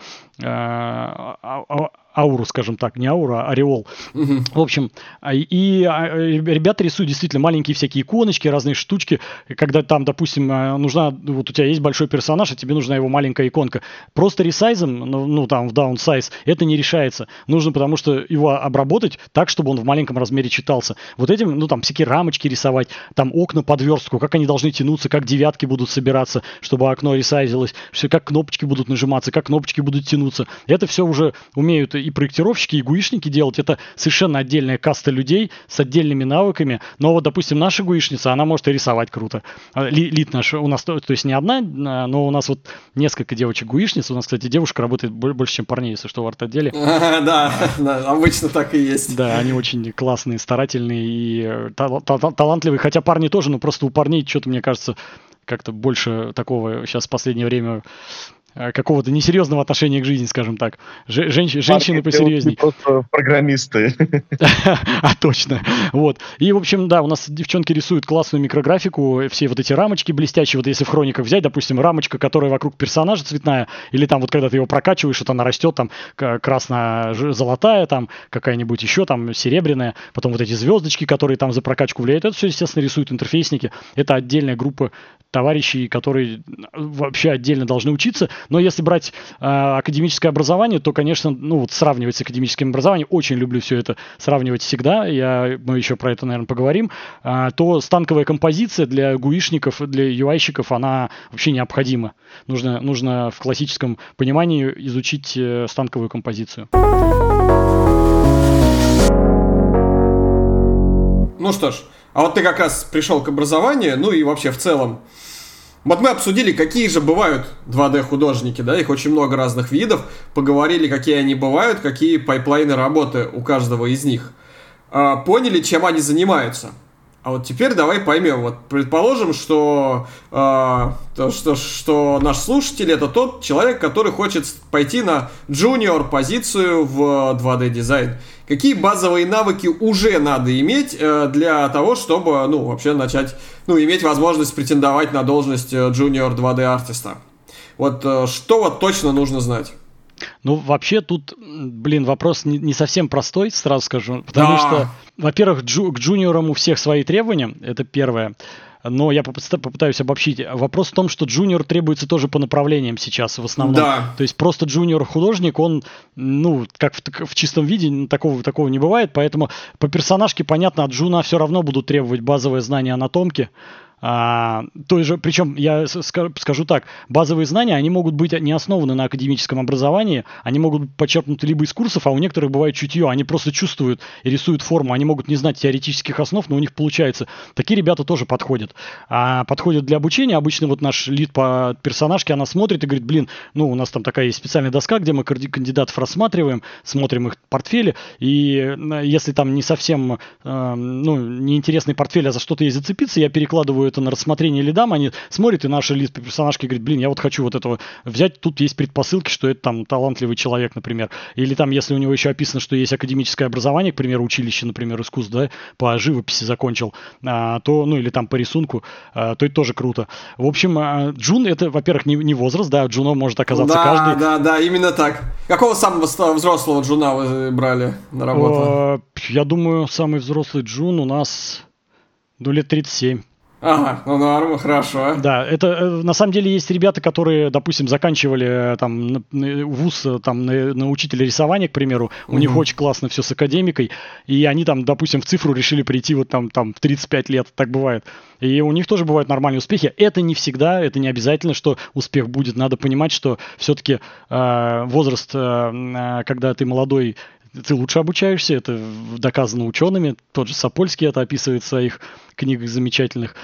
ауру, скажем так, не ауру, а ореол. В общем, ребята рисуют действительно маленькие всякие иконочки, разные штучки, когда там, допустим, вот у тебя есть большой персонаж, а тебе нужна его маленькая иконка. Просто ресайзом, там, в downsize, это не решается. Нужно, потому что его обработать так, чтобы он в маленьком размере читался. Вот этим, там, всякие рамочки рисовать, там, окна под верстку, как они должны тянуться, как девятки будут собираться, чтобы окно ресайзилось, как кнопочки будут нажиматься, как кнопочки будут тянуться. Это все уже умеют и проектировщики, и гуишники делать. Это совершенно отдельная каста людей с отдельными навыками. Но вот, допустим, наша гуишница, она может и рисовать круто. Лид наш у нас, то есть не одна, но у нас вот несколько девочек-гуишниц. У нас, кстати, девушка работает больше, чем парней, если что, в арт-отделе. Да, обычно так и есть. Да, они очень классные, старательные и талантливые. Хотя парни тоже, но просто у парней что-то, мне кажется, как-то больше такого сейчас в последнее время какого-то несерьезного отношения к жизни, скажем так. Женщины посерьезнее. Просто программисты. Точно. Вот. И, в общем, да, у нас девчонки рисуют классную микрографику, все вот эти рамочки блестящие. Вот если в хрониках взять, допустим, рамочка, которая вокруг персонажа цветная, или там вот когда ты его прокачиваешь, вот она растет, там красно-золотая, там какая-нибудь еще там серебряная, потом вот эти звездочки, которые там за прокачку влияют. Это все, естественно, рисуют интерфейсники. Это отдельная группа товарищей, которые вообще отдельно должны учиться. Но если брать академическое образование, то, конечно, сравнивать с академическим образованием, очень люблю все это сравнивать всегда, мы еще про это, наверное, поговорим, то станковая композиция для гуишников, для UI-щиков, она вообще необходима. Нужно в классическом понимании изучить станковую композицию. Ну что ж, а вот ты как раз пришел к образованию, и вообще в целом. Вот мы обсудили, какие же бывают 2D-художники, да, их очень много разных видов, поговорили, какие они бывают, какие пайплайны работы у каждого из них. Поняли, чем они занимаются. А вот теперь давай поймем, вот предположим, что наш слушатель — это тот человек, который хочет пойти на junior позицию в 2D-дизайн. Какие базовые навыки уже надо иметь для того, чтобы, вообще начать, иметь возможность претендовать на должность junior 2D-артиста? Вот что вот точно нужно знать? Вообще тут, вопрос не совсем простой, сразу скажу, потому что, во-первых, к джуниорам у всех свои требования, это первое, но я попытаюсь обобщить. Вопрос в том, что джуниор требуется тоже по направлениям сейчас в основном. Да. То есть просто джуниор-художник, он, как в чистом виде, такого не бывает, поэтому по персонажке, понятно, от джуна все равно будут требовать базовое знание анатомки. Причем я скажу так, базовые знания, они могут быть не основаны на академическом образовании, они могут быть почерпнуты либо из курсов, а у некоторых бывает чутье, они просто чувствуют и рисуют форму, они могут не знать теоретических основ, но у них получается. Такие ребята тоже подходят. Подходят для обучения, обычно вот наш лид по персонажке, она смотрит и говорит, у нас там такая есть специальная доска, где мы кандидатов рассматриваем, смотрим их портфели, и если там не совсем неинтересный портфель, а за что-то есть зацепиться, я перекладываю это на рассмотрение лидам, они смотрят и наши лид персонажки говорят, блин, я вот хочу вот этого взять, тут есть предпосылки, что это там талантливый человек, например. Или там, если у него еще описано, что есть академическое образование, к примеру, училище, например, искусств, да, по живописи закончил, то, ну, или там по рисунку, то это тоже круто. В общем, джун это, во-первых, не возраст, да, джуном может оказаться каждый. Да, именно так. Какого самого взрослого джуна вы брали на работу? Я думаю, самый взрослый джун у нас лет 37. Ага, ну норма, хорошо. Да, это на самом деле есть ребята, которые, допустим, заканчивали там вуз там, на учителя рисования, к примеру, у них очень классно все с академикой, и они там, допустим, в цифру решили прийти вот там в 35 лет, так бывает. И у них тоже бывают нормальные успехи. Это не всегда, это не обязательно, что успех будет. Надо понимать, что все-таки возраст, когда ты молодой, ты лучше обучаешься, это доказано учеными, тот же Сапольский это описывает в своих книгах замечательных.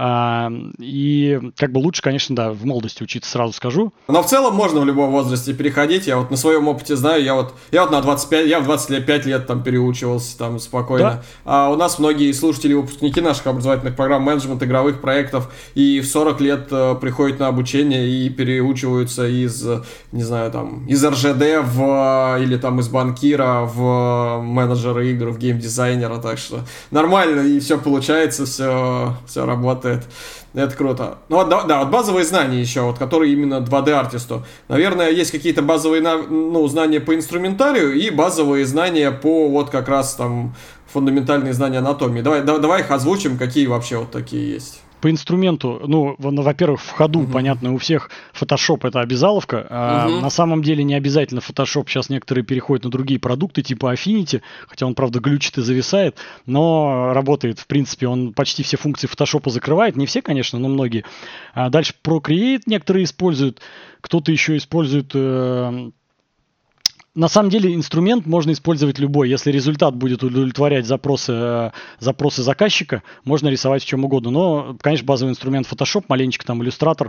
И как бы лучше, конечно, да, в молодости учиться, сразу скажу. Но в целом можно в любом возрасте переходить. Я вот на своем опыте знаю, я вот на 25, я в 25 лет там переучивался там спокойно. Да? А у нас многие слушатели, выпускники наших образовательных программ, менеджмент игровых проектов, и в 40 лет приходят на обучение и переучиваются из, не знаю, там, из РЖД или там из банкира в менеджера игр, в геймдизайнера. Так что нормально, и все получается, все работает. Это круто. Ну вот, да, вот базовые знания еще, вот, которые именно 2D-артисту. Наверное, есть какие-то базовые знания по инструментарию и базовые знания по вот как раз там фундаментальные знания анатомии. Давай их озвучим, какие вообще вот такие есть. По инструменту, ну, во-первых, в ходу, понятно, у всех Photoshop это обязаловка. На самом деле не обязательно Photoshop. Сейчас некоторые переходят на другие продукты, типа Affinity, хотя он, правда, глючит и зависает, но работает, в принципе, он почти все функции Photoshop закрывает. Не все, конечно, но многие. Дальше Procreate некоторые используют, кто-то еще использует... На самом деле инструмент можно использовать любой. Если результат будет удовлетворять запросы заказчика, можно рисовать в чем угодно. Но, конечно, базовый инструмент Photoshop, маленечко там Illustrator.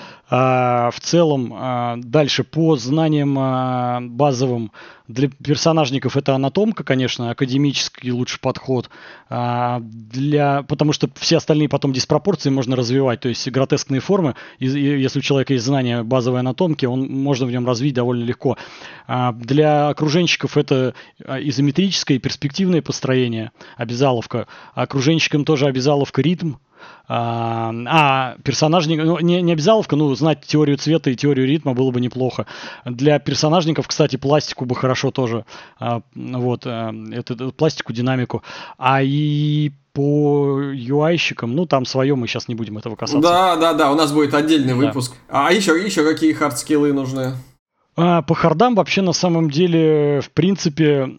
В целом, дальше по знаниям базовым для персонажников это анатомка, конечно, академический лучший подход, потому что все остальные потом диспропорции можно развивать, то есть гротескные формы, если у человека есть знания базовой анатомки, можно в нем развить довольно легко. Для окруженщиков это изометрическое и перспективное построение, обязаловка. Окруженщикам тоже обязаловка ритм. Персонажник, ну, не обязаловка, ну, знать теорию цвета и теорию ритма было бы неплохо. Для персонажников, кстати, пластику бы хорошо тоже. Это пластику, динамику. И по UI-щикам, ну, там свое, мы сейчас не будем этого касаться. Да, у нас будет отдельный выпуск. А еще какие хардскиллы нужны? По хардам вообще на самом деле, в принципе,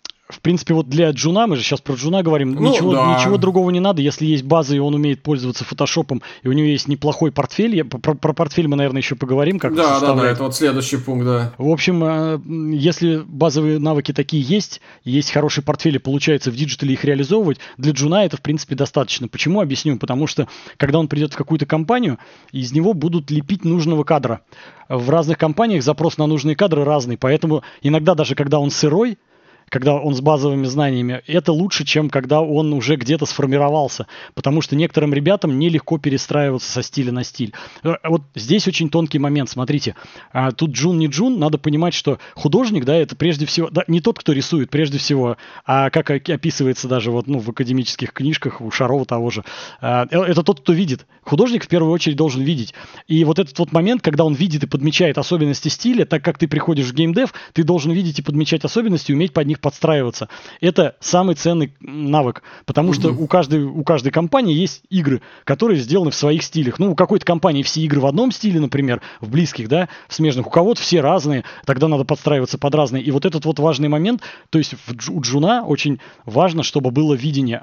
вот для джуна, мы же сейчас про джуна говорим, ничего другого не надо, если есть база, и он умеет пользоваться фотошопом, и у него есть неплохой портфель. Про портфель мы, наверное, еще поговорим. Как да, это вот следующий пункт, да. В общем, если базовые навыки такие есть хороший портфель, и получается в диджитале их реализовывать, для джуна это, в принципе, достаточно. Почему? Объясню. Потому что, когда он придет в какую-то компанию, из него будут лепить нужного кадра. В разных компаниях запрос на нужные кадры разный, поэтому иногда даже когда он сырой, когда он с базовыми знаниями, это лучше, чем когда он уже где-то сформировался, потому что некоторым ребятам нелегко перестраиваться со стиля на стиль. Вот здесь очень тонкий момент, смотрите, тут джун не джун, надо понимать, что художник, да, это прежде всего, да, не тот, кто рисует, прежде всего, а как описывается даже вот, в академических книжках у Шарова того же, это тот, кто видит. Художник в первую очередь должен видеть. И вот этот вот момент, когда он видит и подмечает особенности стиля, так как ты приходишь в геймдев, ты должен видеть и подмечать особенности, уметь под них подстраиваться. Это самый ценный навык, потому что у каждой компании есть игры, которые сделаны в своих стилях. Ну, у какой-то компании все игры в одном стиле, например, в близких, да, в смежных. У кого-то все разные, тогда надо подстраиваться под разные. И вот этот вот важный момент, то есть у джуна очень важно, чтобы было видение,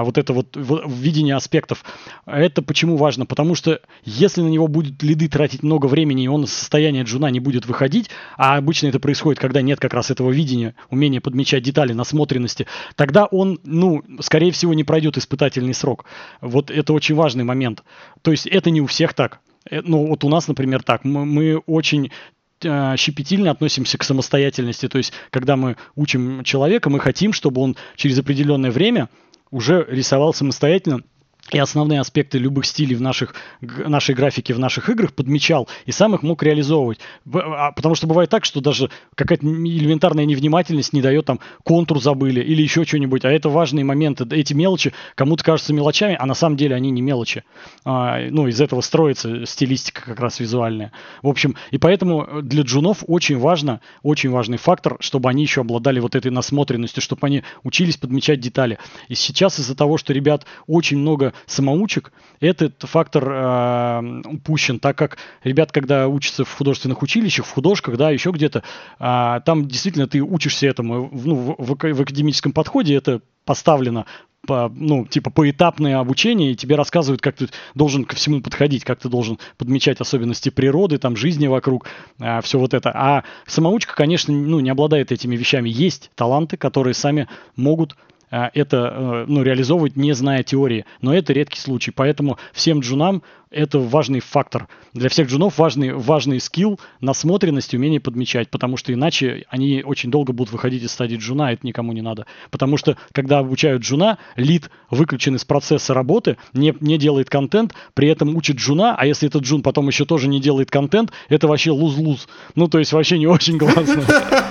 видение аспектов. Это почему важно? Потому что если на него будут лиды тратить много времени, и он из состояния джуна не будет выходить, а обычно это происходит, когда нет как раз этого видения, умения подмечать детали, насмотренности, тогда он, скорее всего, не пройдет испытательный срок. Вот это очень важный момент. То есть это не у всех так. Вот у нас, например, так. Мы очень щепетильно относимся к самостоятельности. То есть, когда мы учим человека, мы хотим, чтобы он через определенное время уже рисовал самостоятельно, и основные аспекты любых стилей в нашей графике, в наших играх подмечал и сам их мог реализовывать. Потому что бывает так, что даже какая-то элементарная невнимательность не дает, там, контур забыли или еще что-нибудь, а это важные моменты. Эти мелочи кому-то кажутся мелочами, а на самом деле они не мелочи. Из этого строится стилистика как раз визуальная. В общем, и поэтому для джунов очень важный фактор, чтобы они еще обладали вот этой насмотренностью, чтобы они учились подмечать детали. И сейчас из-за того, что ребят очень много самоучек, этот фактор упущен, так как ребят, когда учатся в художественных училищах, в художках, да, еще где-то, там действительно ты учишься этому, в академическом подходе это поставлено поэтапное обучение, и тебе рассказывают, как ты должен ко всему подходить, как ты должен подмечать особенности природы, там, жизни вокруг, все вот это. А самоучка, конечно, не обладает этими вещами. Есть таланты, которые сами могут это реализовывать, не зная теории. Но это редкий случай. Поэтому всем джунам это важный фактор. Для всех джунов важный скилл, насмотренность, умение подмечать. Потому что иначе они очень долго будут выходить из стадии джуна, это никому не надо. Потому что, когда обучают джуна, лид выключен из процесса работы, не делает контент, при этом учит джуна, а если этот джун потом еще тоже не делает контент, это вообще луз-луз. То есть вообще не очень классно.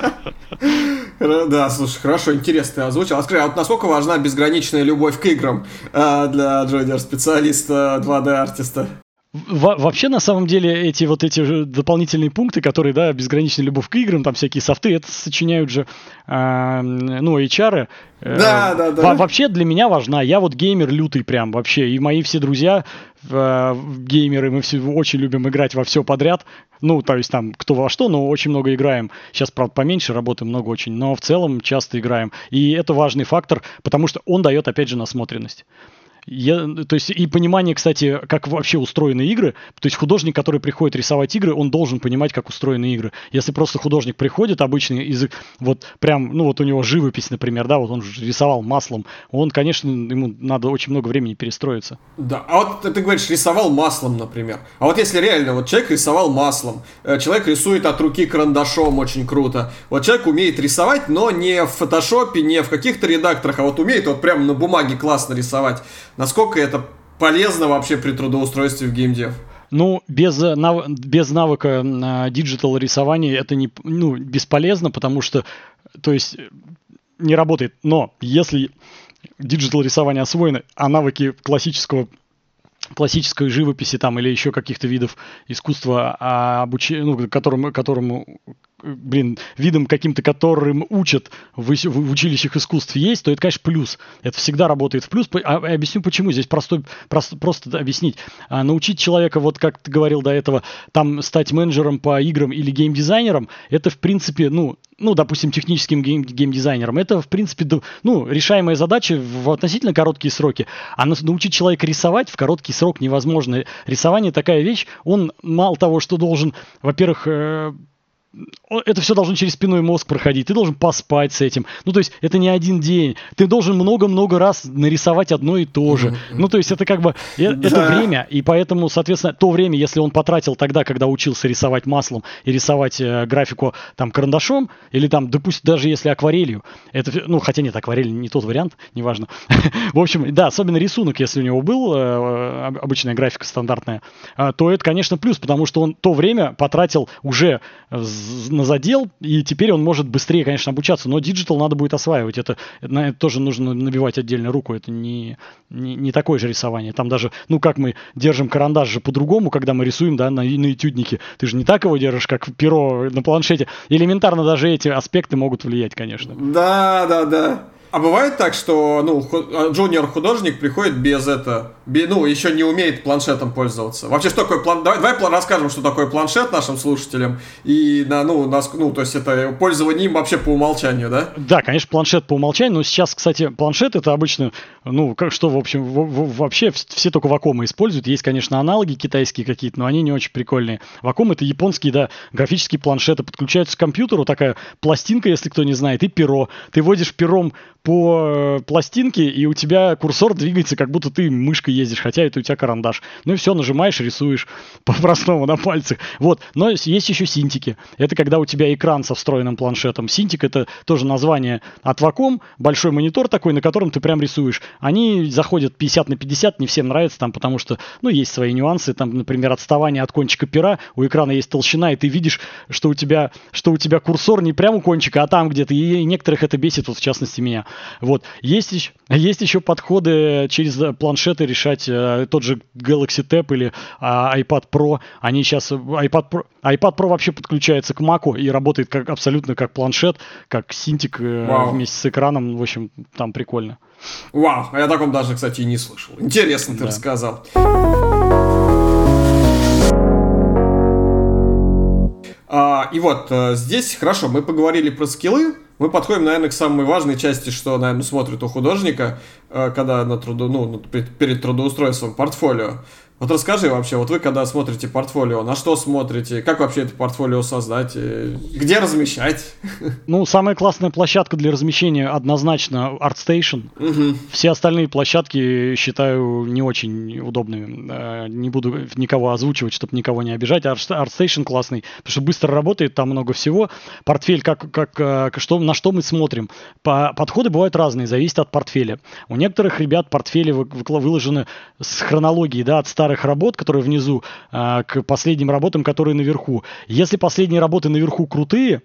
Да, слушай, хорошо, интересно ты озвучил. А скажи, а вот насколько важна безграничная любовь к играм для джойнер-специалиста, 2D-артиста? Вообще, на самом деле, эти же дополнительные пункты, которые, да, безграничная любовь к играм, там всякие софты, это сочиняют же, HR. Да. Вообще для меня важна. Я вот геймер лютый прям вообще. И мои все друзья геймеры, мы все очень любим играть во все подряд. То есть там кто во что, но очень много играем. Сейчас, правда, поменьше, работы много очень, но в целом часто играем. И это важный фактор, потому что он дает, опять же, насмотренность. То есть и понимание, кстати, как вообще устроены игры. То есть художник, который приходит рисовать игры, он должен понимать, как устроены игры. Если просто художник приходит обычный язык, вот прям, у него живопись, например, да, вот он же рисовал маслом, он, конечно, ему надо очень много времени перестроиться. Да, а вот ты говоришь, рисовал маслом, например. А вот если реально, вот человек рисовал маслом, человек рисует от руки карандашом очень круто, вот человек умеет рисовать, но не в фотошопе, не в каких-то редакторах, а вот умеет вот прямо на бумаге классно рисовать. Насколько это полезно вообще при трудоустройстве в геймдев? Без навыка диджитал рисования это бесполезно, потому что, то есть, не работает. Но если диджитал рисование освоено, а навыки классической живописи там или еще каких-то видов искусства видом каким-то, которым учат в училищах искусств есть, то это, конечно, плюс. Это всегда работает в плюс. Объясню, почему. Здесь просто объяснить. Научить человека, вот как ты говорил до этого, там стать менеджером по играм или геймдизайнером, это, в принципе, допустим, техническим геймдизайнером, это, в принципе, решаемая задача в относительно короткие сроки. А научить человека рисовать в короткий срок невозможно. Рисование такая вещь, он мало того, что должен, во-первых, это все должно через спинной мозг проходить, ты должен поспать с этим. То есть это не один день. Ты должен много-много раз нарисовать одно и то же. То есть это это время, и поэтому, соответственно, то время, если он потратил тогда, когда учился рисовать маслом и рисовать графику там карандашом, или там, допустим, даже если акварелью, это, хотя нет, акварель не тот вариант, неважно. В общем, да, особенно рисунок, если у него был обычная графика стандартная, то это, конечно, плюс, потому что он то время потратил уже на задел, и теперь он может быстрее, конечно, обучаться, но диджитал надо будет осваивать. Это тоже нужно набивать отдельно руку, это не такое же рисование. Там даже, как мы держим карандаш же по-другому, когда мы рисуем, да, на этюднике. Ты же не так его держишь, как перо на планшете. Элементарно даже эти аспекты могут влиять, конечно. Да. А бывает так, что джуниор-художник приходит еще не умеет планшетом пользоваться. Вообще, что такое планшет? Давай расскажем, что такое планшет нашим слушателям. И, то есть это пользование им вообще по умолчанию, да? Да, конечно, планшет по умолчанию, но сейчас, кстати, планшет это обычно, вообще все только вакомы используют. Есть, конечно, аналоги китайские какие-то, но они не очень прикольные. Ваком это японские, да, графические планшеты. Подключаются к компьютеру, такая пластинка, если кто не знает, и перо. Ты водишь пером по пластинке, и у тебя курсор двигается, как будто ты мышкой ездишь, хотя это у тебя карандаш. Ну и все, нажимаешь, рисуешь по-простому на пальцах. Вот. Но есть еще синтики. Это когда у тебя экран со встроенным планшетом. Синтик — это тоже название от Wacom, большой монитор такой, на котором ты прям рисуешь. Они заходят 50/50, не всем нравится там, потому что, ну, есть свои нюансы. Там, например, отставание от кончика пера, у экрана есть толщина, и ты видишь, что у тебя курсор не прямо у кончика, а там где-то. И некоторых это бесит, вот в частности меня. Вот. Есть еще подходы через планшеты решать тот же Galaxy Tab или iPad Pro. Они сейчас... iPad Pro вообще подключается к Mac'у и работает абсолютно как планшет, как синтик вместе с экраном. В общем, там прикольно. Вау, я о таком даже, кстати, и не слышал. Интересно ты рассказал. И вот здесь, хорошо, мы поговорили про скиллы. Мы подходим, наверное, к самой важной части, что, наверное, смотрит у художника, когда перед трудоустройством портфолио. Вот расскажи вообще, вот вы когда смотрите портфолио, на что смотрите, как вообще это портфолио создать, где размещать? Ну, самая классная площадка для размещения однозначно ArtStation. Угу. Все остальные площадки считаю не очень удобными. Не буду никого озвучивать, чтобы никого не обижать. ArtStation классный, потому что быстро работает, там много всего. Портфель, на что мы смотрим? Подходы бывают разные, зависит от портфеля. У некоторых ребят портфели выложены с хронологией, да, от старых работ, которые внизу, к последним работам, которые наверху. Если последние работы наверху крутые,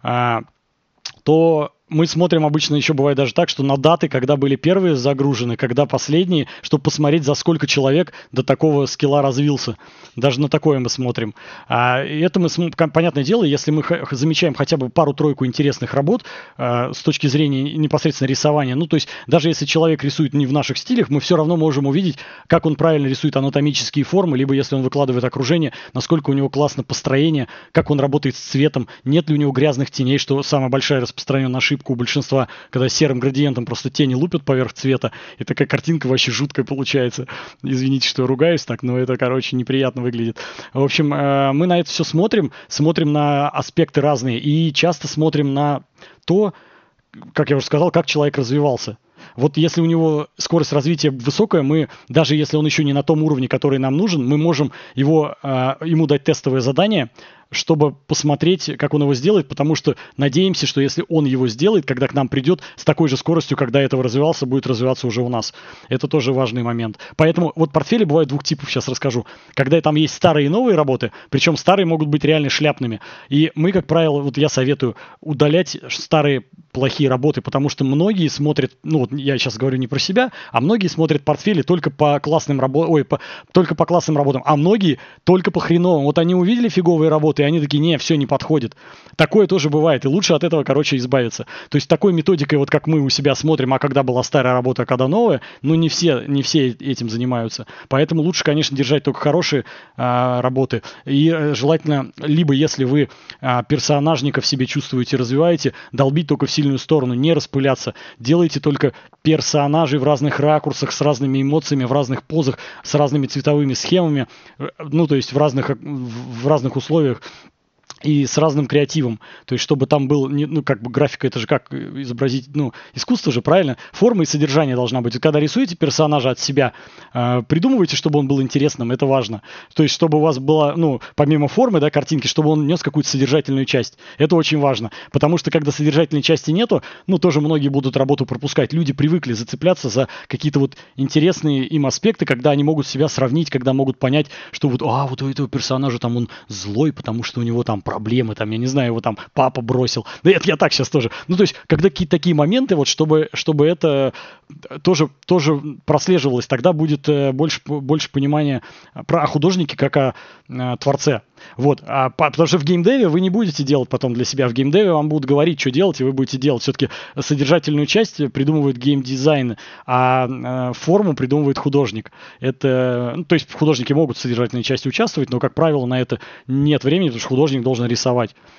то мы смотрим обычно, еще бывает даже так, что на даты, когда были первые загружены, когда последние, чтобы посмотреть, за сколько человек до такого скилла развился. Даже на такое мы смотрим. И это мы, понятное дело, если мы замечаем хотя бы пару-тройку интересных работ с точки зрения непосредственно рисования, ну, то есть даже если человек рисует не в наших стилях, мы все равно можем увидеть, как он правильно рисует анатомические формы, либо если он выкладывает окружение, насколько у него классно построение, как он работает с цветом, нет ли у него грязных теней, что самая большая распространенная ошибка у большинства, когда серым градиентом просто тени лупят поверх цвета, и такая картинка вообще жуткая получается. Извините, что я ругаюсь так, но это, короче, неприятно выглядит. В общем, мы на это все смотрим на аспекты разные, и часто смотрим на то, как я уже сказал, как человек развивался. Вот если у него скорость развития высокая, мы, даже если он еще не на том уровне, который нам нужен, мы можем ему дать тестовое задание, чтобы посмотреть, как он его сделает, потому что надеемся, что если он его сделает, когда к нам придет, с такой же скоростью, когда этого развивался, будет развиваться уже у нас. Это тоже важный момент. Поэтому вот портфели бывают двух типов, сейчас расскажу. Когда там есть старые и новые работы, причем старые могут быть реально шляпными. И мы, как правило, вот я советую удалять старые плохие работы, потому что многие смотрят, ну вот я сейчас говорю не про себя, а многие смотрят портфели только по классным только по классным работам, а многие только по хреновым. Вот они увидели фиговые работы, и они такие, не, все, не подходит. Такое тоже бывает, и лучше от этого, короче, избавиться. То есть такой методикой, вот как мы у себя смотрим, а когда была старая работа, а когда новая, ну не все этим занимаются. Поэтому лучше, конечно, держать только хорошие работы. И желательно, либо если вы персонажника в себе чувствуете, развиваете, долбить только в сильную сторону, не распыляться. Делайте только персонажей в разных ракурсах, с разными эмоциями, в разных позах, с разными цветовыми схемами, ну, то есть в разных условиях. И с разным креативом. То есть, чтобы там был, ну, как бы графика, это же как изобразить, ну, искусство же, правильно? Форма и содержание должна быть. Когда рисуете персонажа от себя, придумывайте, чтобы он был интересным, это важно. То есть, чтобы у вас была, ну, помимо формы, да, картинки, чтобы он нес какую-то содержательную часть. Это очень важно. Потому что, когда содержательной части нету, ну, тоже многие будут работу пропускать. Люди привыкли зацепляться за какие-то вот интересные им аспекты, когда они могут себя сравнить, когда могут понять, что вот у этого персонажа там он злой, потому что у него там проблемы, там, я не знаю, его там папа бросил. Да это я так сейчас тоже. Ну, то есть, когда какие-то такие моменты, вот, чтобы это тоже прослеживалось, тогда будет больше понимания о художнике как о творце. Вот. Потому что в геймдеве вы не будете делать потом для себя. В геймдеве вам будут говорить, что делать, и вы будете делать. Все-таки содержательную часть придумывает геймдизайн, а форму придумывает художник. Это, ну, то есть художники могут в содержательной части участвовать, но, как правило, на это нет времени, потому что художник должен рисовать.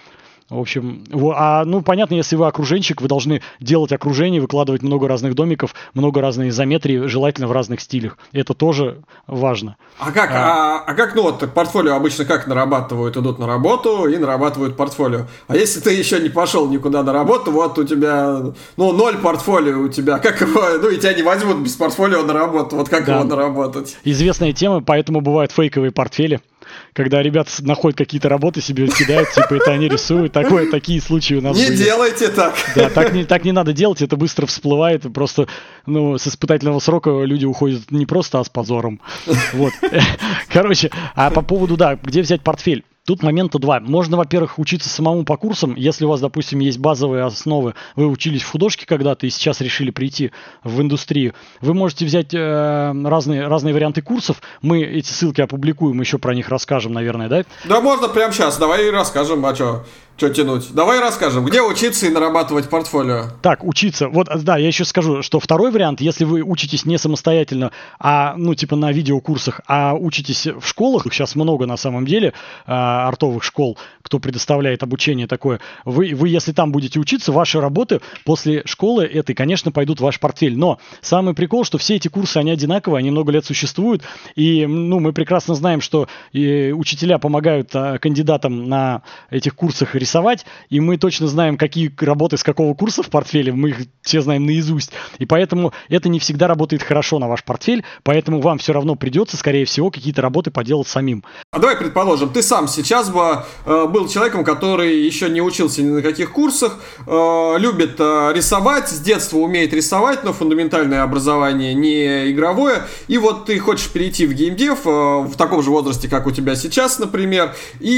В общем, понятно, если вы окруженщик, вы должны делать окружение, выкладывать много разных домиков, много разной изометрии, желательно в разных стилях. Это тоже важно. А как, портфолио обычно как нарабатывают? Идут на работу и нарабатывают портфолио. А если ты еще не пошел никуда на работу, вот у тебя, 0 портфолио у тебя, как его, и тебя не возьмут без портфолио на работу, вот как его наработать? Известная тема, поэтому бывают фейковые портфели. Когда ребята находят какие-то работы, себе кидают, это они рисуют. Такие случаи у нас были. Не делайте так. Да, так не надо делать, это быстро всплывает. Просто, с испытательного срока люди уходят не просто, а с позором. Вот. Короче, а по поводу, где взять портфель? Тут момента два. Можно, во-первых, учиться самому по курсам. Если у вас, допустим, есть базовые основы, вы учились в художке когда-то и сейчас решили прийти в индустрию, вы можете взять разные варианты курсов. Мы эти ссылки опубликуем, еще про них расскажем, наверное, да? Да, можно прямо сейчас. Давай и расскажем, а что тянуть. Давай расскажем, где учиться и нарабатывать портфолио. Так, учиться. Я еще скажу, что второй вариант, если вы учитесь не самостоятельно, а, на видеокурсах, а учитесь в школах, их сейчас много на самом деле, артовых школ, кто предоставляет обучение такое, вы, если там будете учиться, ваши работы после школы этой, конечно, пойдут в ваш портфель. Но самый прикол, что все эти курсы, они одинаковые, они много лет существуют, и, мы прекрасно знаем, что учителя помогают кандидатам на этих курсах рисовать, и мы точно знаем, какие работы с какого курса в портфеле, мы их все знаем наизусть. И поэтому это не всегда работает хорошо на ваш портфель, поэтому вам все равно придется, скорее всего, какие-то работы поделать самим. А давай предположим, ты сам сейчас бы был человеком, который еще не учился ни на каких курсах, любит рисовать, с детства умеет рисовать, но фундаментальное образование не игровое, и вот ты хочешь перейти в геймдев в таком же возрасте, как у тебя сейчас, например,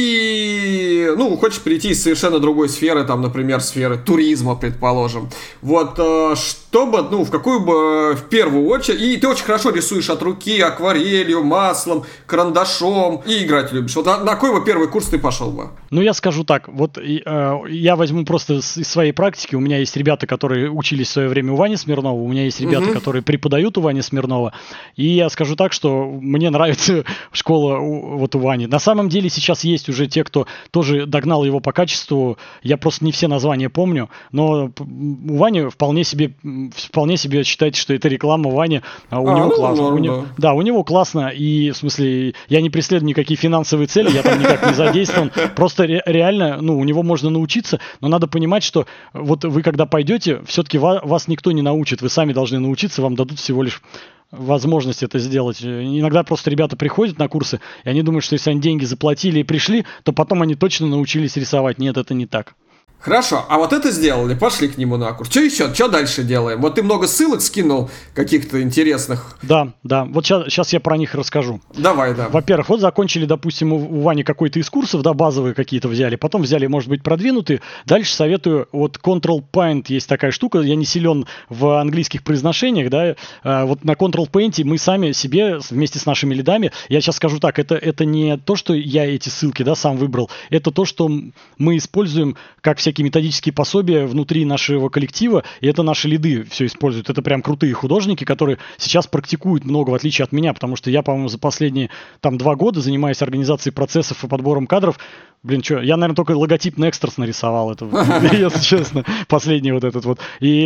и, хочешь перейти из совершенно другой сферы, там, например, сферы туризма, предположим. Вот, чтобы, в какую бы, в первую очередь, и ты очень хорошо рисуешь от руки, акварелью, маслом, карандашом, и играть любишь. Вот на какой бы первый курс ты пошел бы? Я скажу так, я возьму просто из своей практики, у меня есть ребята, которые учились в свое время у Вани Смирнова, у меня есть ребята, которые преподают у Вани Смирнова, и я скажу так, что мне нравится школа у Вани. На самом деле сейчас есть уже те, кто тоже догнал его по качеству, я просто не все названия помню, но у Вани вполне себе считайте, что это реклама Вани, у него классно. У него классно, и в смысле, я не преследую никакие финансовые цели, я там никак не задействован, просто реально, у него можно научиться, но надо понимать, что вот вы когда пойдете, все-таки вас никто не научит, вы сами должны научиться, вам дадут всего лишь возможность это сделать. Иногда просто ребята приходят на курсы, и они думают, что если они деньги заплатили и пришли, то потом они точно научились рисовать. Нет, это не так. Хорошо, а вот это сделали, пошли к нему на курс. Что еще? Что дальше делаем? Вот ты много ссылок скинул, каких-то интересных. Да. Вот сейчас я про них расскажу. Давай, да. Во-первых, вот закончили, допустим, у Вани какой-то из курсов, базовые какие-то взяли, потом взяли, может быть, продвинутые. Дальше советую, вот Control Paint есть такая штука, я не силен в английских произношениях, вот на Control Paint мы сами себе, вместе с нашими лидами, я сейчас скажу так, это не то, что я эти ссылки, сам выбрал, это то, что мы используем как всякие методические пособия внутри нашего коллектива, и это наши лиды все используют. Это прям крутые художники, которые сейчас практикуют много, в отличие от меня, потому что я, по-моему, за последние 2 года занимаюсь организацией процессов и подбором кадров. Я, наверное, только логотип Nexters нарисовал, это, если честно, последний вот этот вот.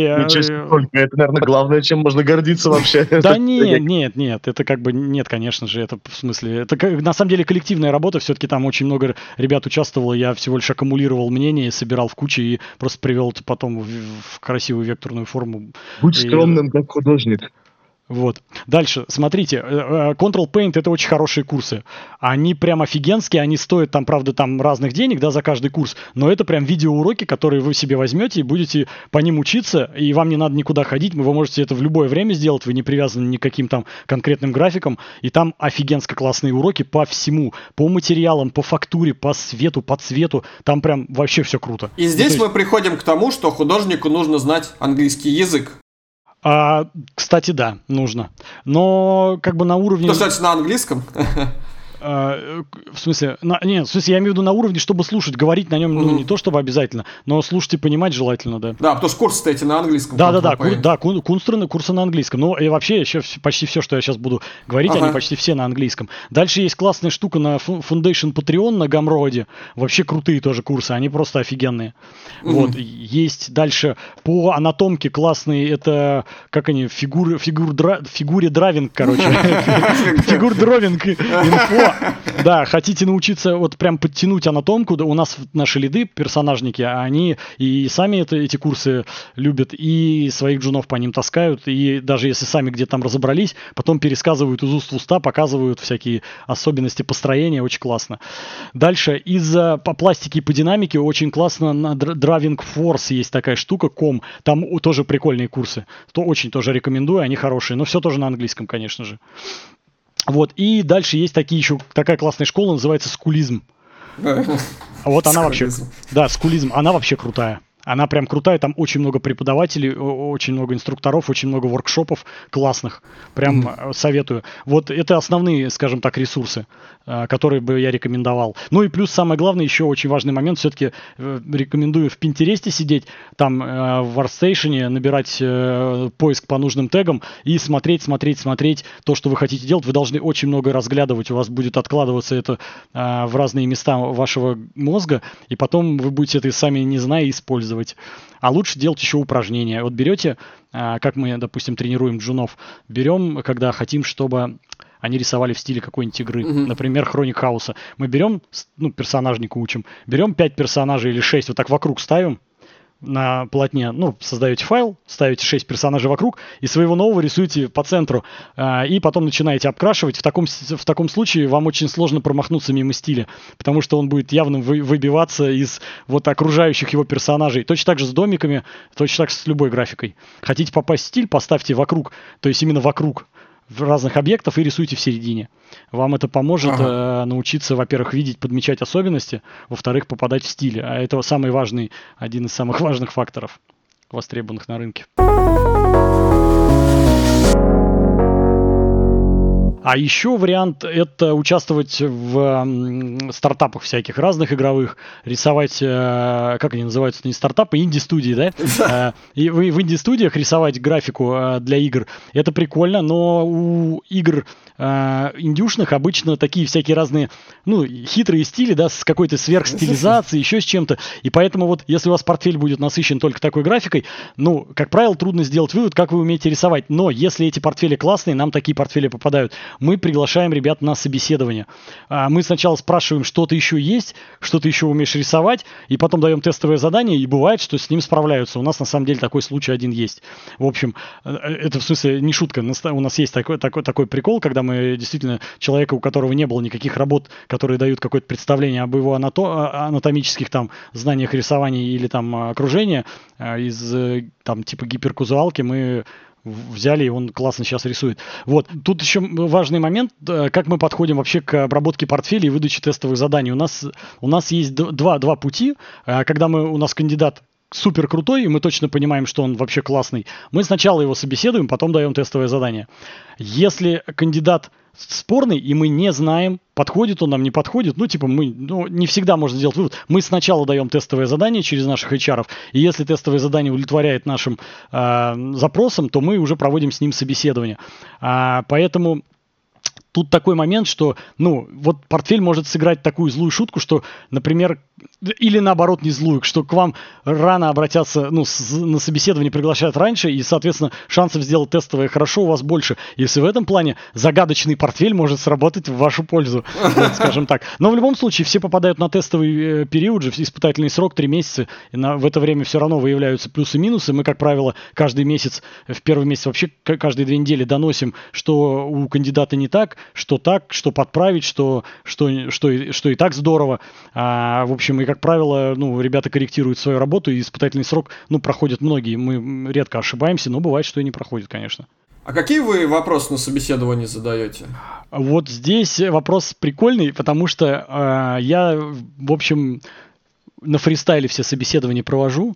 Это, наверное, главное, чем можно гордиться вообще. Да нет, это нет, конечно же, это в смысле, это на самом деле коллективная работа, все-таки там очень много ребят участвовало, я всего лишь аккумулировал мнение, собирал в кучу и просто привел это потом в красивую векторную форму. Будь скромным, как художник. Вот. Дальше, смотрите, Control Paint — это очень хорошие курсы. Они прям офигенские, они стоят правда, разных денег, за каждый курс, но это прям видеоуроки, которые вы себе возьмете и будете по ним учиться, и вам не надо никуда ходить, вы можете это в любое время сделать, вы не привязаны ни к каким конкретным графикам, и там офигенско классные уроки по всему, по материалам, по фактуре, по свету, по цвету, там прям вообще все круто. И здесь мы приходим к тому, что художнику нужно знать английский язык. Кстати, да, нужно. Но на уровне... Что значит на английском? В смысле, нет, в смысле, я имею в виду на уровне, чтобы слушать, говорить на нем, ну, не то чтобы обязательно, но слушать и понимать желательно, да. Да, потому что курсы-то эти на английском. Да, курсы на английском. Ну, и вообще, еще почти все, что я сейчас буду говорить, они почти все на английском. Дальше есть классная штука на Foundation Patreon на Gumroad. Вообще крутые тоже курсы, они просто офигенные. Вот, есть дальше по анатомке классные, это, как они, фигуре драйвинг, короче. Фигур дровинг инфо. Да, хотите научиться вот прям подтянуть анатомку, у нас наши лиды, персонажники, они и сами эти курсы любят, и своих джунов по ним таскают, и даже если сами где-то там разобрались, потом пересказывают из уст в уста, показывают всякие особенности построения, очень классно. Дальше, по пластике и по динамике очень классно на Driving Force есть такая штука, там тоже прикольные курсы, очень тоже рекомендую, они хорошие, но все тоже на английском, конечно же. Вот, и дальше есть такая классная школа, называется Скулизм. Вот она вообще, да, Скулизм, она вообще крутая. Она прям крутая, там очень много преподавателей, очень много инструкторов, очень много воркшопов классных. Прям советую. Вот это основные, скажем так, ресурсы, которые бы я рекомендовал. Ну и плюс самое главное, еще очень важный момент, все-таки рекомендую в Пинтересте сидеть, там в WordStation набирать поиск по нужным тегам и смотреть то, что вы хотите делать. Вы должны очень много разглядывать, у вас будет откладываться это в разные места вашего мозга, и потом вы будете это сами не зная использовать. А лучше делать еще упражнения. Вот берете, как мы, допустим, тренируем джунов, берем, когда хотим, чтобы они рисовали в стиле какой-нибудь игры, например, Хроник Хауса. Мы берем, персонажника учим, берем 5 персонажей или 6, вот так вокруг ставим на полотне, создаете файл, ставите 6 персонажей вокруг и своего нового рисуете по центру, и потом начинаете обкрашивать. В таком случае вам очень сложно промахнуться мимо стиля, потому что он будет явно выбиваться из вот окружающих его персонажей. Точно так же с домиками, точно так же с любой графикой. Хотите попасть в стиль, поставьте вокруг, то есть именно вокруг разных объектов и рисуйте в середине. Вам это поможет научиться, во-первых, видеть, подмечать особенности, во-вторых, попадать в стиль. А это один из самых важных факторов, востребованных на рынке. А еще вариант – это участвовать в стартапах всяких разных игровых, рисовать, как они называются, не стартапы, инди-студии, да? И в инди-студиях рисовать графику для игр. Это прикольно, но у игр индюшных обычно такие всякие разные, хитрые стили, да, с какой-то сверхстилизацией, еще с чем-то. И поэтому вот, если у вас портфель будет насыщен только такой графикой, как правило, трудно сделать вывод, как вы умеете рисовать. Но если эти портфели классные, нам такие портфели попадают, мы приглашаем ребят на собеседование. Мы сначала спрашиваем, что ты еще есть, что ты еще умеешь рисовать, и потом даем тестовое задание, и бывает, что с ним справляются. У нас на самом деле такой случай один есть. В общем, это в смысле не шутка. У нас есть такой прикол, когда мы действительно человека, у которого не было никаких работ, которые дают какое-то представление об его анатомических там знаниях рисования или там окружения, из там типа гиперказуалки мы взяли, и он классно сейчас рисует. Вот. Тут еще важный момент, как мы подходим вообще к обработке портфелей и выдаче тестовых заданий. У нас есть два пути. Когда у нас кандидат супер крутой, и мы точно понимаем, что он вообще классный, мы сначала его собеседуем, потом даем тестовое задание. Если кандидат спорный, и мы не знаем, подходит он нам, не подходит, не всегда можно сделать вывод. Мы сначала даем тестовое задание через наших HR-ов, и если тестовое задание удовлетворяет нашим запросам, то мы уже проводим с ним собеседование. Поэтому тут такой момент, что, вот портфель может сыграть такую злую шутку, что, например, или наоборот не злую, что к вам рано обратятся, на собеседование приглашают раньше, и, соответственно, шансов сделать тестовое хорошо у вас больше. Если в этом плане загадочный портфель может сработать в вашу пользу, скажем так. Но в любом случае все попадают на тестовый период же, испытательный срок 3 месяца, и в это время все равно выявляются плюсы и минусы. Мы, как правило, каждый месяц, в первый месяц вообще каждые 2 недели доносим, что у кандидата не так, что подправить, что и так здорово. В общем, и, как правило, ребята корректируют свою работу, и испытательный срок, проходят многие. Мы редко ошибаемся, но бывает, что и не проходит, конечно. А какие вы вопросы на собеседовании задаете? Вот здесь вопрос прикольный, потому что я, в общем, на фристайле все собеседования провожу,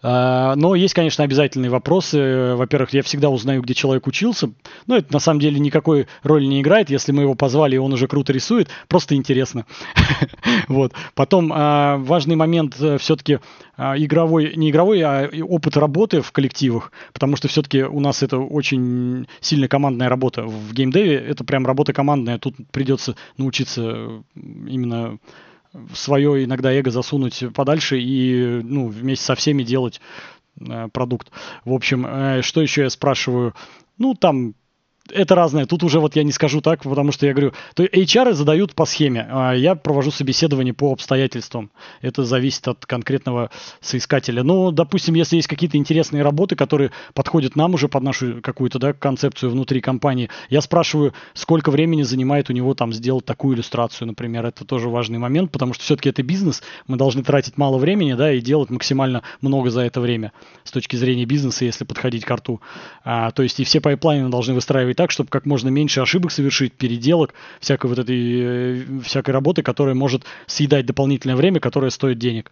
но есть, конечно, обязательные вопросы. Во-первых, я всегда узнаю, где человек учился, но это на самом деле никакой роли не играет, если мы его позвали, и он уже круто рисует, просто интересно. Вот. Потом важный момент все-таки игровой, не игровой, а опыт работы в коллективах, потому что все-таки у нас это очень сильно командная работа. В геймдеве это прям работа командная, тут придется научиться именно свое иногда эго засунуть подальше и вместе со всеми делать продукт. В общем, что еще я спрашиваю? Там это разное. Тут уже вот я не скажу так, потому что я говорю, то HR задают по схеме, а я провожу собеседование по обстоятельствам. Это зависит от конкретного соискателя. Но, допустим, если есть какие-то интересные работы, которые подходят нам уже под нашу какую-то концепцию внутри компании, я спрашиваю, сколько времени занимает у него там сделать такую иллюстрацию, например. Это тоже важный момент, потому что все-таки это бизнес, мы должны тратить мало времени, и делать максимально много за это время с точки зрения бизнеса, если подходить к рту. То есть и все пайплайны должны выстраивать так, чтобы как можно меньше ошибок совершить, переделок, всякой работы, которая может съедать дополнительное время, которое стоит денег.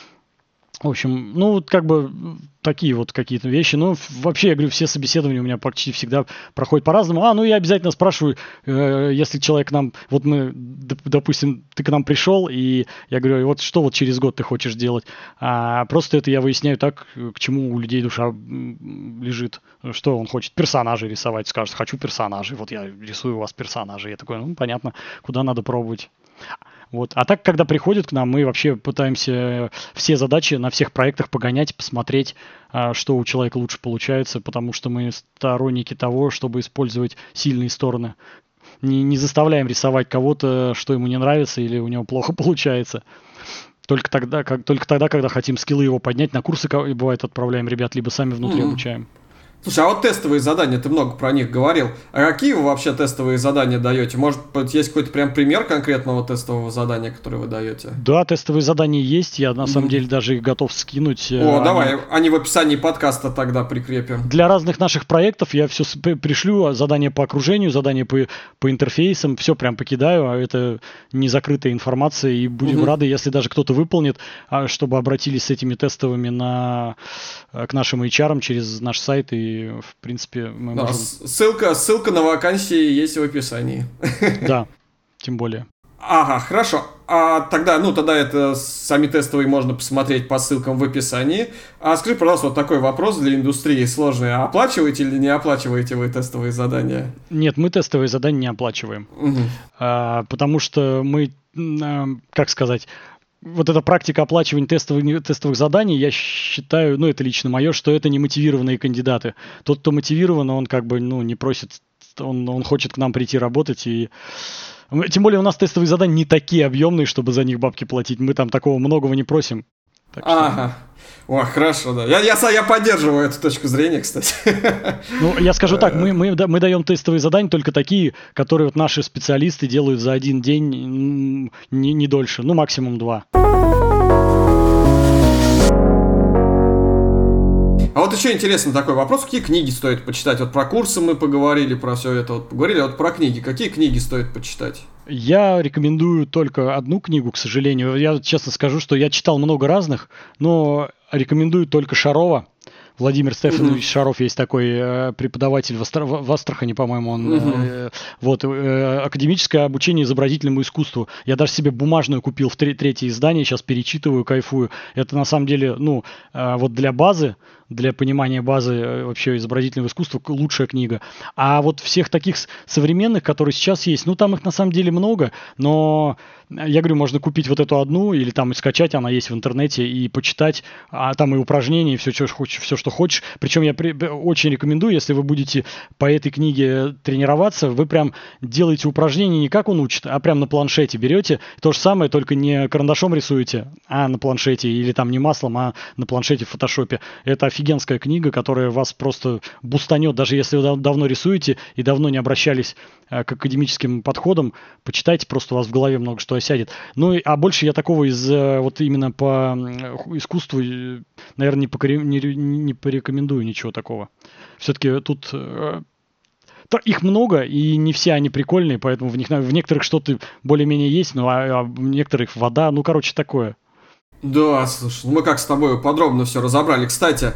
В общем, такие вот какие-то вещи. Но вообще, я говорю, все собеседования у меня почти всегда проходят по-разному. Я обязательно спрашиваю, если человек к нам, вот мы, допустим, ты к нам пришел, и я говорю, вот что вот через год ты хочешь делать? Просто это я выясняю так, к чему у людей душа лежит. Что он хочет? Персонажей рисовать. Скажет, хочу персонажей. Вот я рисую у вас персонажей. Я такой, понятно, куда надо пробовать. Вот. А так, когда приходят к нам, мы вообще пытаемся все задачи на всех проектах погонять, посмотреть, что у человека лучше получается, потому что мы сторонники того, чтобы использовать сильные стороны. Не заставляем рисовать кого-то, что ему не нравится или у него плохо получается. Только тогда, когда хотим скиллы его поднять, на курсы, бывает, отправляем ребят, либо сами внутри обучаем. Слушай, а вот тестовые задания, ты много про них говорил. А какие вы вообще тестовые задания даете? Может быть, есть какой-то прям пример конкретного тестового задания, которое вы даете? Да, тестовые задания есть. Я на самом деле даже их готов скинуть. Давай, они в описании подкаста тогда прикрепим. Для разных наших проектов я все пришлю. Задания по окружению, задания по интерфейсам. Все прям покидаю. Это не закрытая информация. И будем рады, если даже кто-то выполнит, чтобы обратились с этими тестовыми к нашим HR через наш сайт. И в принципе мы можем... Ссылка на вакансии есть в описании. Да, тем более. Ага, хорошо. Тогда это сами тестовые можно посмотреть по ссылкам в описании. Скажи, пожалуйста, вот такой вопрос для индустрии сложный. Оплачиваете или не оплачиваете вы тестовые задания? Нет, мы тестовые задания не оплачиваем. Потому что мы, как сказать... Вот эта практика оплачивания тестовых заданий, я считаю, это лично мое, что это не мотивированные кандидаты. Тот, кто мотивирован, он не просит, он хочет к нам прийти работать. И... Тем более у нас тестовые задания не такие объемные, чтобы за них бабки платить. Мы там такого многого не просим. Так что... Ага. О, хорошо, да. Я поддерживаю эту точку зрения, кстати. Я скажу так, мы даем тестовые задания только такие, которые вот наши специалисты делают за один день, не дольше, максимум 2. А вот еще интересный такой вопрос, какие книги стоит почитать? Вот про курсы мы поговорили, про все это поговорили, а вот про книги. Какие книги стоит почитать? Я рекомендую только одну книгу, к сожалению. Я честно скажу, что я читал много разных, но рекомендую только Шарова. Владимир Стефанович Шаров есть такой преподаватель в Астрахани, по-моему, он. Академическое обучение изобразительному искусству. Я даже себе бумажную купил в третье издание, сейчас перечитываю, кайфую. Это на самом деле, вот для базы, для понимания базы вообще изобразительного искусства лучшая книга. А вот всех таких современных, которые сейчас есть, там их на самом деле много, но я говорю, можно купить вот эту одну или там скачать, она есть в интернете, и почитать, а там и упражнения, и все, что хочешь. Причем я очень рекомендую, если вы будете по этой книге тренироваться, вы прям делаете упражнения не как он учит, а прям на планшете берете. То же самое, только не карандашом рисуете, а на планшете, или там не маслом, а на планшете в фотошопе. Это офигенская книга, которая вас просто бустанет, даже если вы давно рисуете и давно не обращались к академическим подходам, почитайте, просто у вас в голове много что осядет. А больше я такого вот именно по искусству, наверное, не порекомендую ничего такого. Все-таки тут их много, и не все они прикольные, поэтому в некоторых что-то более-менее есть, а в некоторых вода, такое. Да, слушай, мы как с тобой подробно все разобрали. Кстати,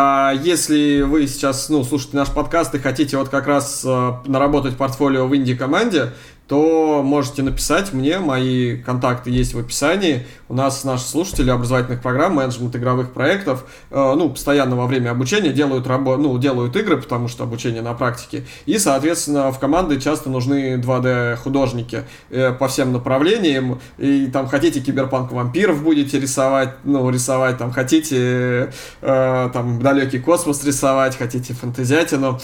если вы сейчас, слушаете наш подкаст и хотите вот как раз наработать портфолио в инди-команде, то можете написать мне, мои контакты есть в описании. У нас наши слушатели образовательных программ, менеджмент игровых проектов, постоянно во время обучения делают игры, потому что обучение на практике. И, соответственно, в команды часто нужны 2D-художники по всем направлениям. И там хотите киберпанк вампиров будете рисовать, там хотите далекий космос рисовать, хотите фантазиатину,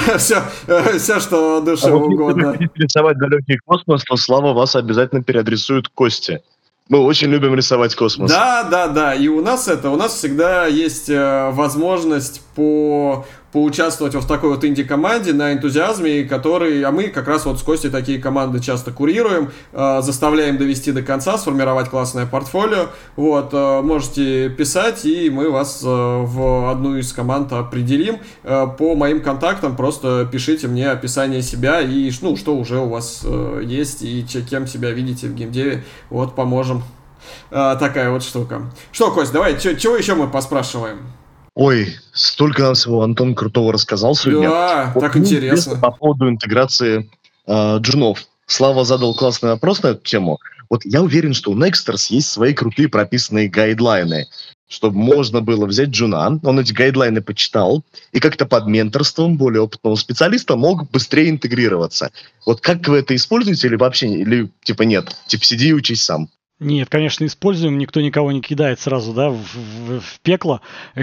все, что душе угодно. Если рисовать далекий космос, то Слава вас обязательно переадресует к Косте. Мы очень любим рисовать космос. Да. И у нас всегда есть возможность поучаствовать в такой вот инди-команде на энтузиазме, а мы как раз вот с Костей такие команды часто курируем, заставляем довести до конца, сформировать классное портфолио. Вот, можете писать, и мы вас в одну из команд определим. По моим контактам просто пишите мне описание себя и что уже у вас есть, и кем себя видите в геймдеве. Вот, поможем. Такая вот штука. Что, Кость, давай, чего еще мы поспрашиваем? Ой, столько нам всего Антон крутого рассказал сегодня. Да, так интересно. По поводу интеграции джунов. Слава задал классный вопрос на эту тему. Вот я уверен, что у Nexters есть свои крутые прописанные гайдлайны, чтобы можно было взять джуна, он эти гайдлайны почитал, и как-то под менторством более опытного специалиста мог быстрее интегрироваться. Вот как вы это используете или вообще, или нет, сиди и учись сам? Нет, конечно, используем, никто никого не кидает сразу, да, в пекло.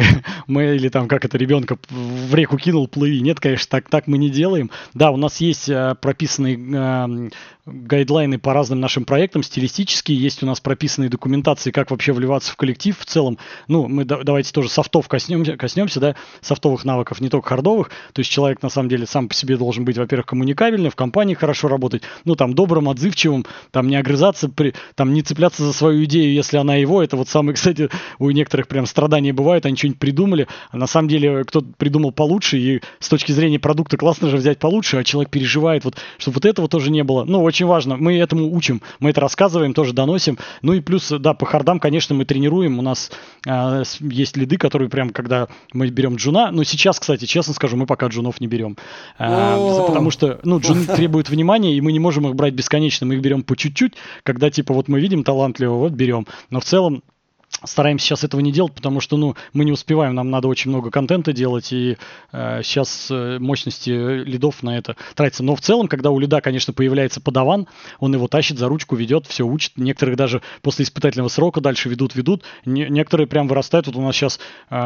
Мы, или там, как это, ребенка в реку кинул, плыви. Нет, конечно, так мы не делаем. Да, у нас есть прописанные гайдлайны по разным нашим проектам, стилистические, есть у нас прописанные документации, как вообще вливаться в коллектив в целом. Мы давайте тоже софтов коснемся, да, софтовых навыков, не только хардовых. То есть человек, на самом деле, сам по себе должен быть, во-первых, коммуникабельный, в компании хорошо работать, добрым, отзывчивым, не огрызаться, не цепляться за свою идею, если она его. Это вот самое, кстати, у некоторых прям страдания бывают, они что-нибудь придумали, а на самом деле кто-то придумал получше, и с точки зрения продукта классно же взять получше, а человек переживает, чтобы вот этого тоже не было. Очень важно, мы этому учим, мы это рассказываем, тоже доносим. И плюс, да, по хардам, конечно, мы тренируем, у нас есть лиды, которые прям, когда мы берем джуна, но сейчас, кстати, честно скажу, мы пока джунов не берем, потому что, джуны требуют внимания, и мы не можем их брать бесконечно, мы их берем по чуть-чуть, когда, мы видим талантливого, берем, но в целом стараемся сейчас этого не делать, потому что, мы не успеваем, нам надо очень много контента делать, и сейчас мощности лидов на это тратятся. Но в целом, когда у лида, конечно, появляется подаван, он его тащит за ручку, ведет, все учит. Некоторых даже после испытательного срока дальше ведут. Некоторые прям вырастают. Вот у нас сейчас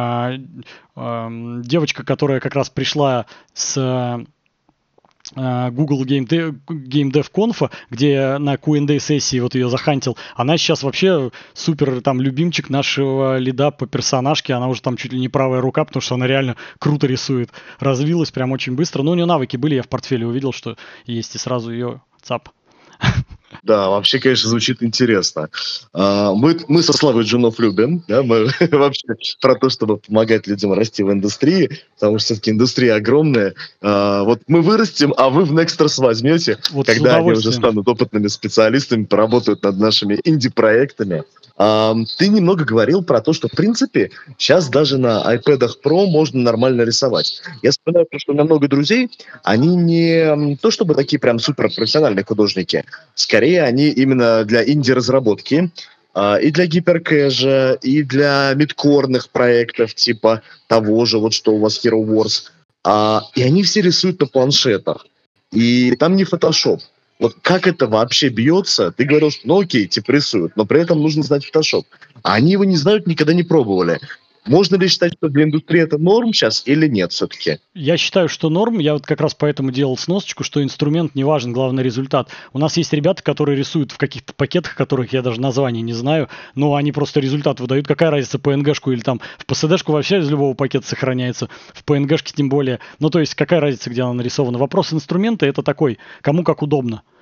девочка, которая как раз пришла с Google Game Dev Conf, где на Q&A сессии вот ее захантил, она сейчас вообще супер любимчик нашего лида по персонажке, она уже там чуть ли не правая рука, потому что она реально круто рисует, развилась прям очень быстро, но у нее навыки были, я в портфеле увидел, что есть, и сразу ее цап. Да, вообще, конечно, звучит интересно. Мы со Славой джунов любим, да, мы вообще про то, чтобы помогать людям расти в индустрии, потому что все-таки индустрия огромная. Вот мы вырастем, а вы в Nexters возьмете, вот когда они уже станут опытными специалистами, поработают над нашими инди-проектами. Ты немного говорил про то, что, в принципе, сейчас даже на iPad Pro можно нормально рисовать. Я вспоминаю, что у меня много друзей, они не то чтобы такие прям суперпрофессиональные художники, скорее они именно для инди-разработки, и для гиперкэжа, и для мидкорных проектов, типа того же, вот что у вас Hero Wars. И они все рисуют на планшетах. И там не Photoshop. Вот как это вообще бьется? Ты говорил, что окей, рисуют, но при этом нужно знать Photoshop. А они его не знают, никогда не пробовали. Можно ли считать, что для индустрии это норм сейчас или нет все-таки? Я считаю, что норм. Я вот как раз поэтому делал сносочку, что инструмент не важен, главный результат. У нас есть ребята, которые рисуют в каких-то пакетах, которых я даже названий не знаю, но они просто результат выдают. Какая разница, PNG-шку или там в PSD-шку вообще из любого пакета сохраняется, в PNG-шке тем более. То есть какая разница, где она нарисована. Вопрос инструмента это такой, кому как удобно.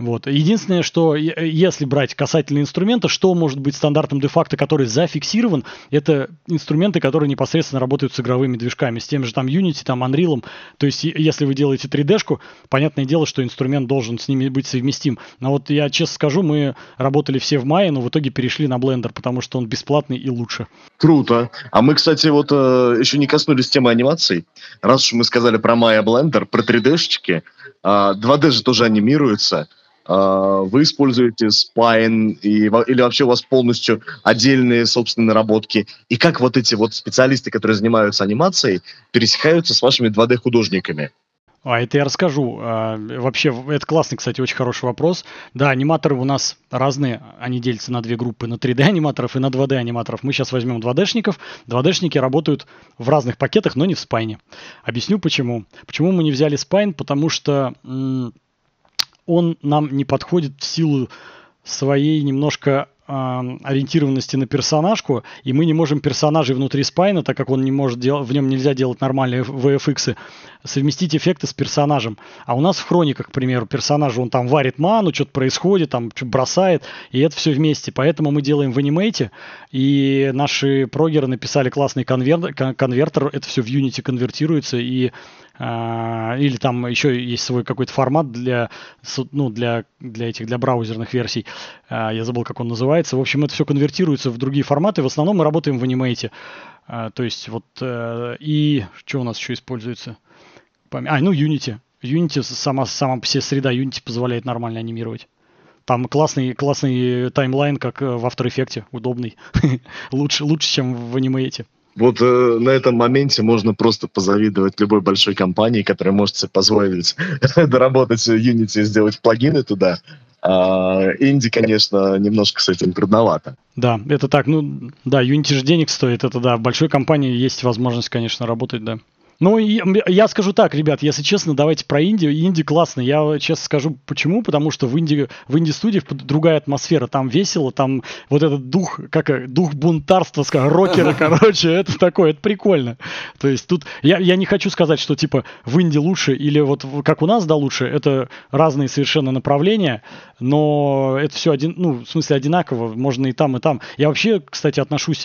Вот. Единственное, что если брать касательно инструмента, что может быть стандартом де-факто, который зафиксирован, это инструменты, которые непосредственно работают с игровыми движками, с тем же там Unity, там Unreal. То есть, если вы делаете 3D-шку, понятное дело, что инструмент должен с ними быть совместим. Но вот я честно скажу, мы работали все в Maya, но в итоге перешли на Blender, потому что он бесплатный и лучше. Круто. А мы, кстати, вот еще не коснулись темы анимаций. Раз уж мы сказали про Maya Blender, про 3D-шечки, 2D же тоже анимируется. Вы используете Spine или вообще у вас полностью отдельные собственные наработки? И как вот эти вот специалисты, которые занимаются анимацией, пересекаются с вашими 2D-художниками? Это я расскажу. Вообще, это классный, кстати, очень хороший вопрос. Да, аниматоры у нас разные. Они делятся на две группы, на 3D-аниматоров и на 2D-аниматоров. Мы сейчас возьмем 2D-шников. 2D-шники работают в разных пакетах, но не в Spine. Объясню почему. Почему мы не взяли Spine? Потому что он нам не подходит в силу своей немножко ориентированности на персонажку, и мы не можем персонажей внутри спайна, так как он не может в нем нельзя делать нормальные VFX, совместить эффекты с персонажем. А у нас в хрониках, к примеру, персонаж, он там варит ману, что-то происходит, там что-то бросает, и это все вместе. Поэтому мы делаем в анимейте, и наши прогеры написали классный конвертер, это все в Unity конвертируется, и или там еще есть свой какой-то формат для браузерных версий. Я забыл, как он называется. В общем, это все конвертируется в другие форматы. В основном мы работаем в анимейте. То есть вот и что у нас еще используется? Unity. Unity сама по себе среда Unity позволяет нормально анимировать. Там классный таймлайн, как в After Effects, удобный. лучше, чем в анимейте. Вот на этом моменте можно просто позавидовать любой большой компании, которая может себе позволить доработать Unity и сделать плагины туда. Инди, конечно, немножко с этим трудновато. Да, это так. Unity же денег стоит. Это да, в большой компании есть возможность, конечно, работать, да. Ну, я скажу так, ребят, если честно, давайте про инди. Инди классно. Я честно скажу, почему. Потому что в инди-студии другая атмосфера. Там весело, там вот этот дух бунтарства, рокеры, короче, это такое, это прикольно. То есть тут я не хочу сказать, что типа в инди лучше или вот как у нас, да, лучше. Это разные совершенно направления, но это все в смысле одинаково. Можно и там, и там. Я вообще, кстати, отношусь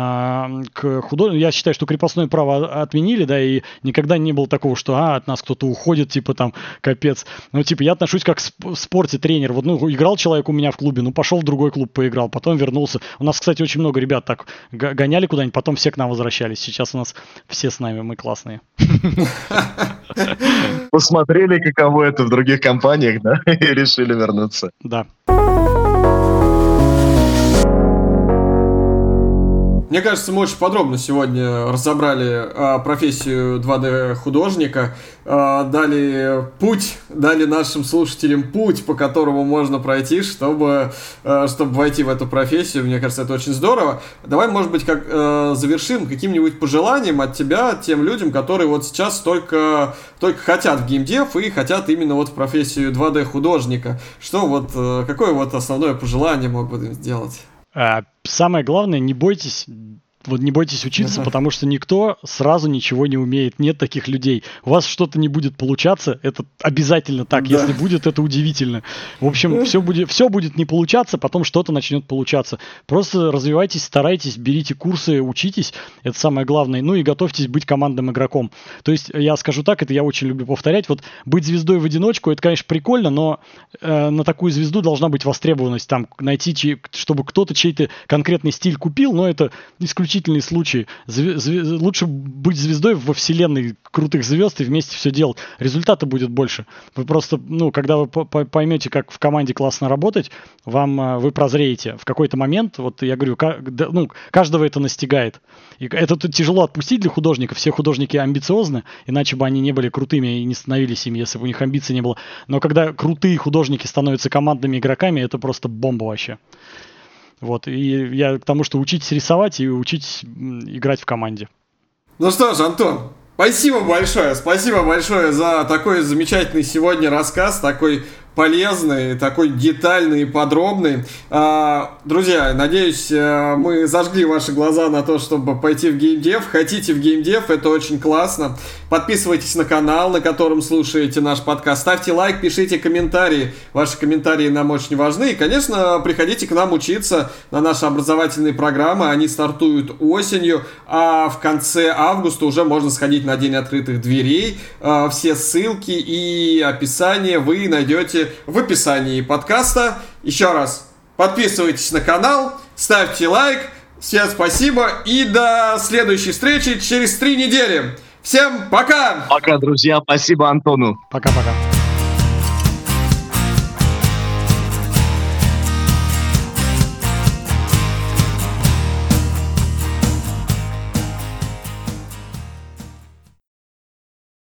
к художнику. Я считаю, что крепостное право отменили, да, и никогда не было такого, что от нас кто-то уходит, типа там, капец. Я отношусь как в спорте тренер. Вот, играл человек у меня в клубе, пошел в другой клуб поиграл, потом вернулся. У нас, кстати, очень много ребят так гоняли куда-нибудь, потом все к нам возвращались. Сейчас у нас все с нами, мы классные. Посмотрели, каково это в других компаниях, да, и решили вернуться. Да. Мне кажется, мы очень подробно сегодня разобрали профессию 2D-художника, дали нашим слушателям путь, по которому можно пройти, чтобы войти в эту профессию. Мне кажется, это очень здорово. Давай, может быть, завершим каким-нибудь пожеланием от тебя тем людям, которые вот сейчас только хотят в геймдев и хотят именно вот в профессию 2D-художника. Какое основное пожелание мог бы им сделать? Самое главное, не бойтесь учиться, потому что никто сразу ничего не умеет. Нет таких людей. У вас что-то не будет получаться, это обязательно так. Да. Если будет, это удивительно. В общем, все будет не получаться, потом что-то начнет получаться. Просто развивайтесь, старайтесь, берите курсы, учитесь. Это самое главное. И готовьтесь быть командным игроком. То есть, я скажу так, это я очень люблю повторять. Вот быть звездой в одиночку, это, конечно, прикольно, но на такую звезду должна быть востребованность. Там найти, чтобы кто-то чей-то конкретный стиль купил, но это исключительный случай. Лучше быть звездой во вселенной крутых звезд и вместе все делать. Результата будет больше. Вы просто, когда вы поймете, как в команде классно работать, вы прозреете. В какой-то момент, вот я говорю, каждого это настигает. И это тяжело отпустить для художников. Все художники амбициозны, иначе бы они не были крутыми и не становились ими, если бы у них амбиций не было. Но когда крутые художники становятся командными игроками, это просто бомба вообще. Вот, и я к тому, что учитесь рисовать и учитесь играть в команде. Ну что ж, Антон, спасибо большое за такой замечательный сегодня рассказ, такой полезный, такой детальный и подробный. Друзья, надеюсь, мы зажгли ваши глаза на то, чтобы пойти в геймдев. Хотите в геймдев, это очень классно. Подписывайтесь на канал, на котором слушаете наш подкаст. Ставьте лайк, пишите комментарии. Ваши комментарии нам очень важны. И, конечно, приходите к нам учиться на наши образовательные программы. Они стартуют осенью, а в конце августа уже можно сходить на День открытых дверей. Все ссылки и описание вы найдете в описании подкаста. Еще раз, подписывайтесь на канал, ставьте лайк. Всем спасибо и до следующей встречи через 3 недели. Всем пока! Пока, друзья. Спасибо Антону. Пока-пока.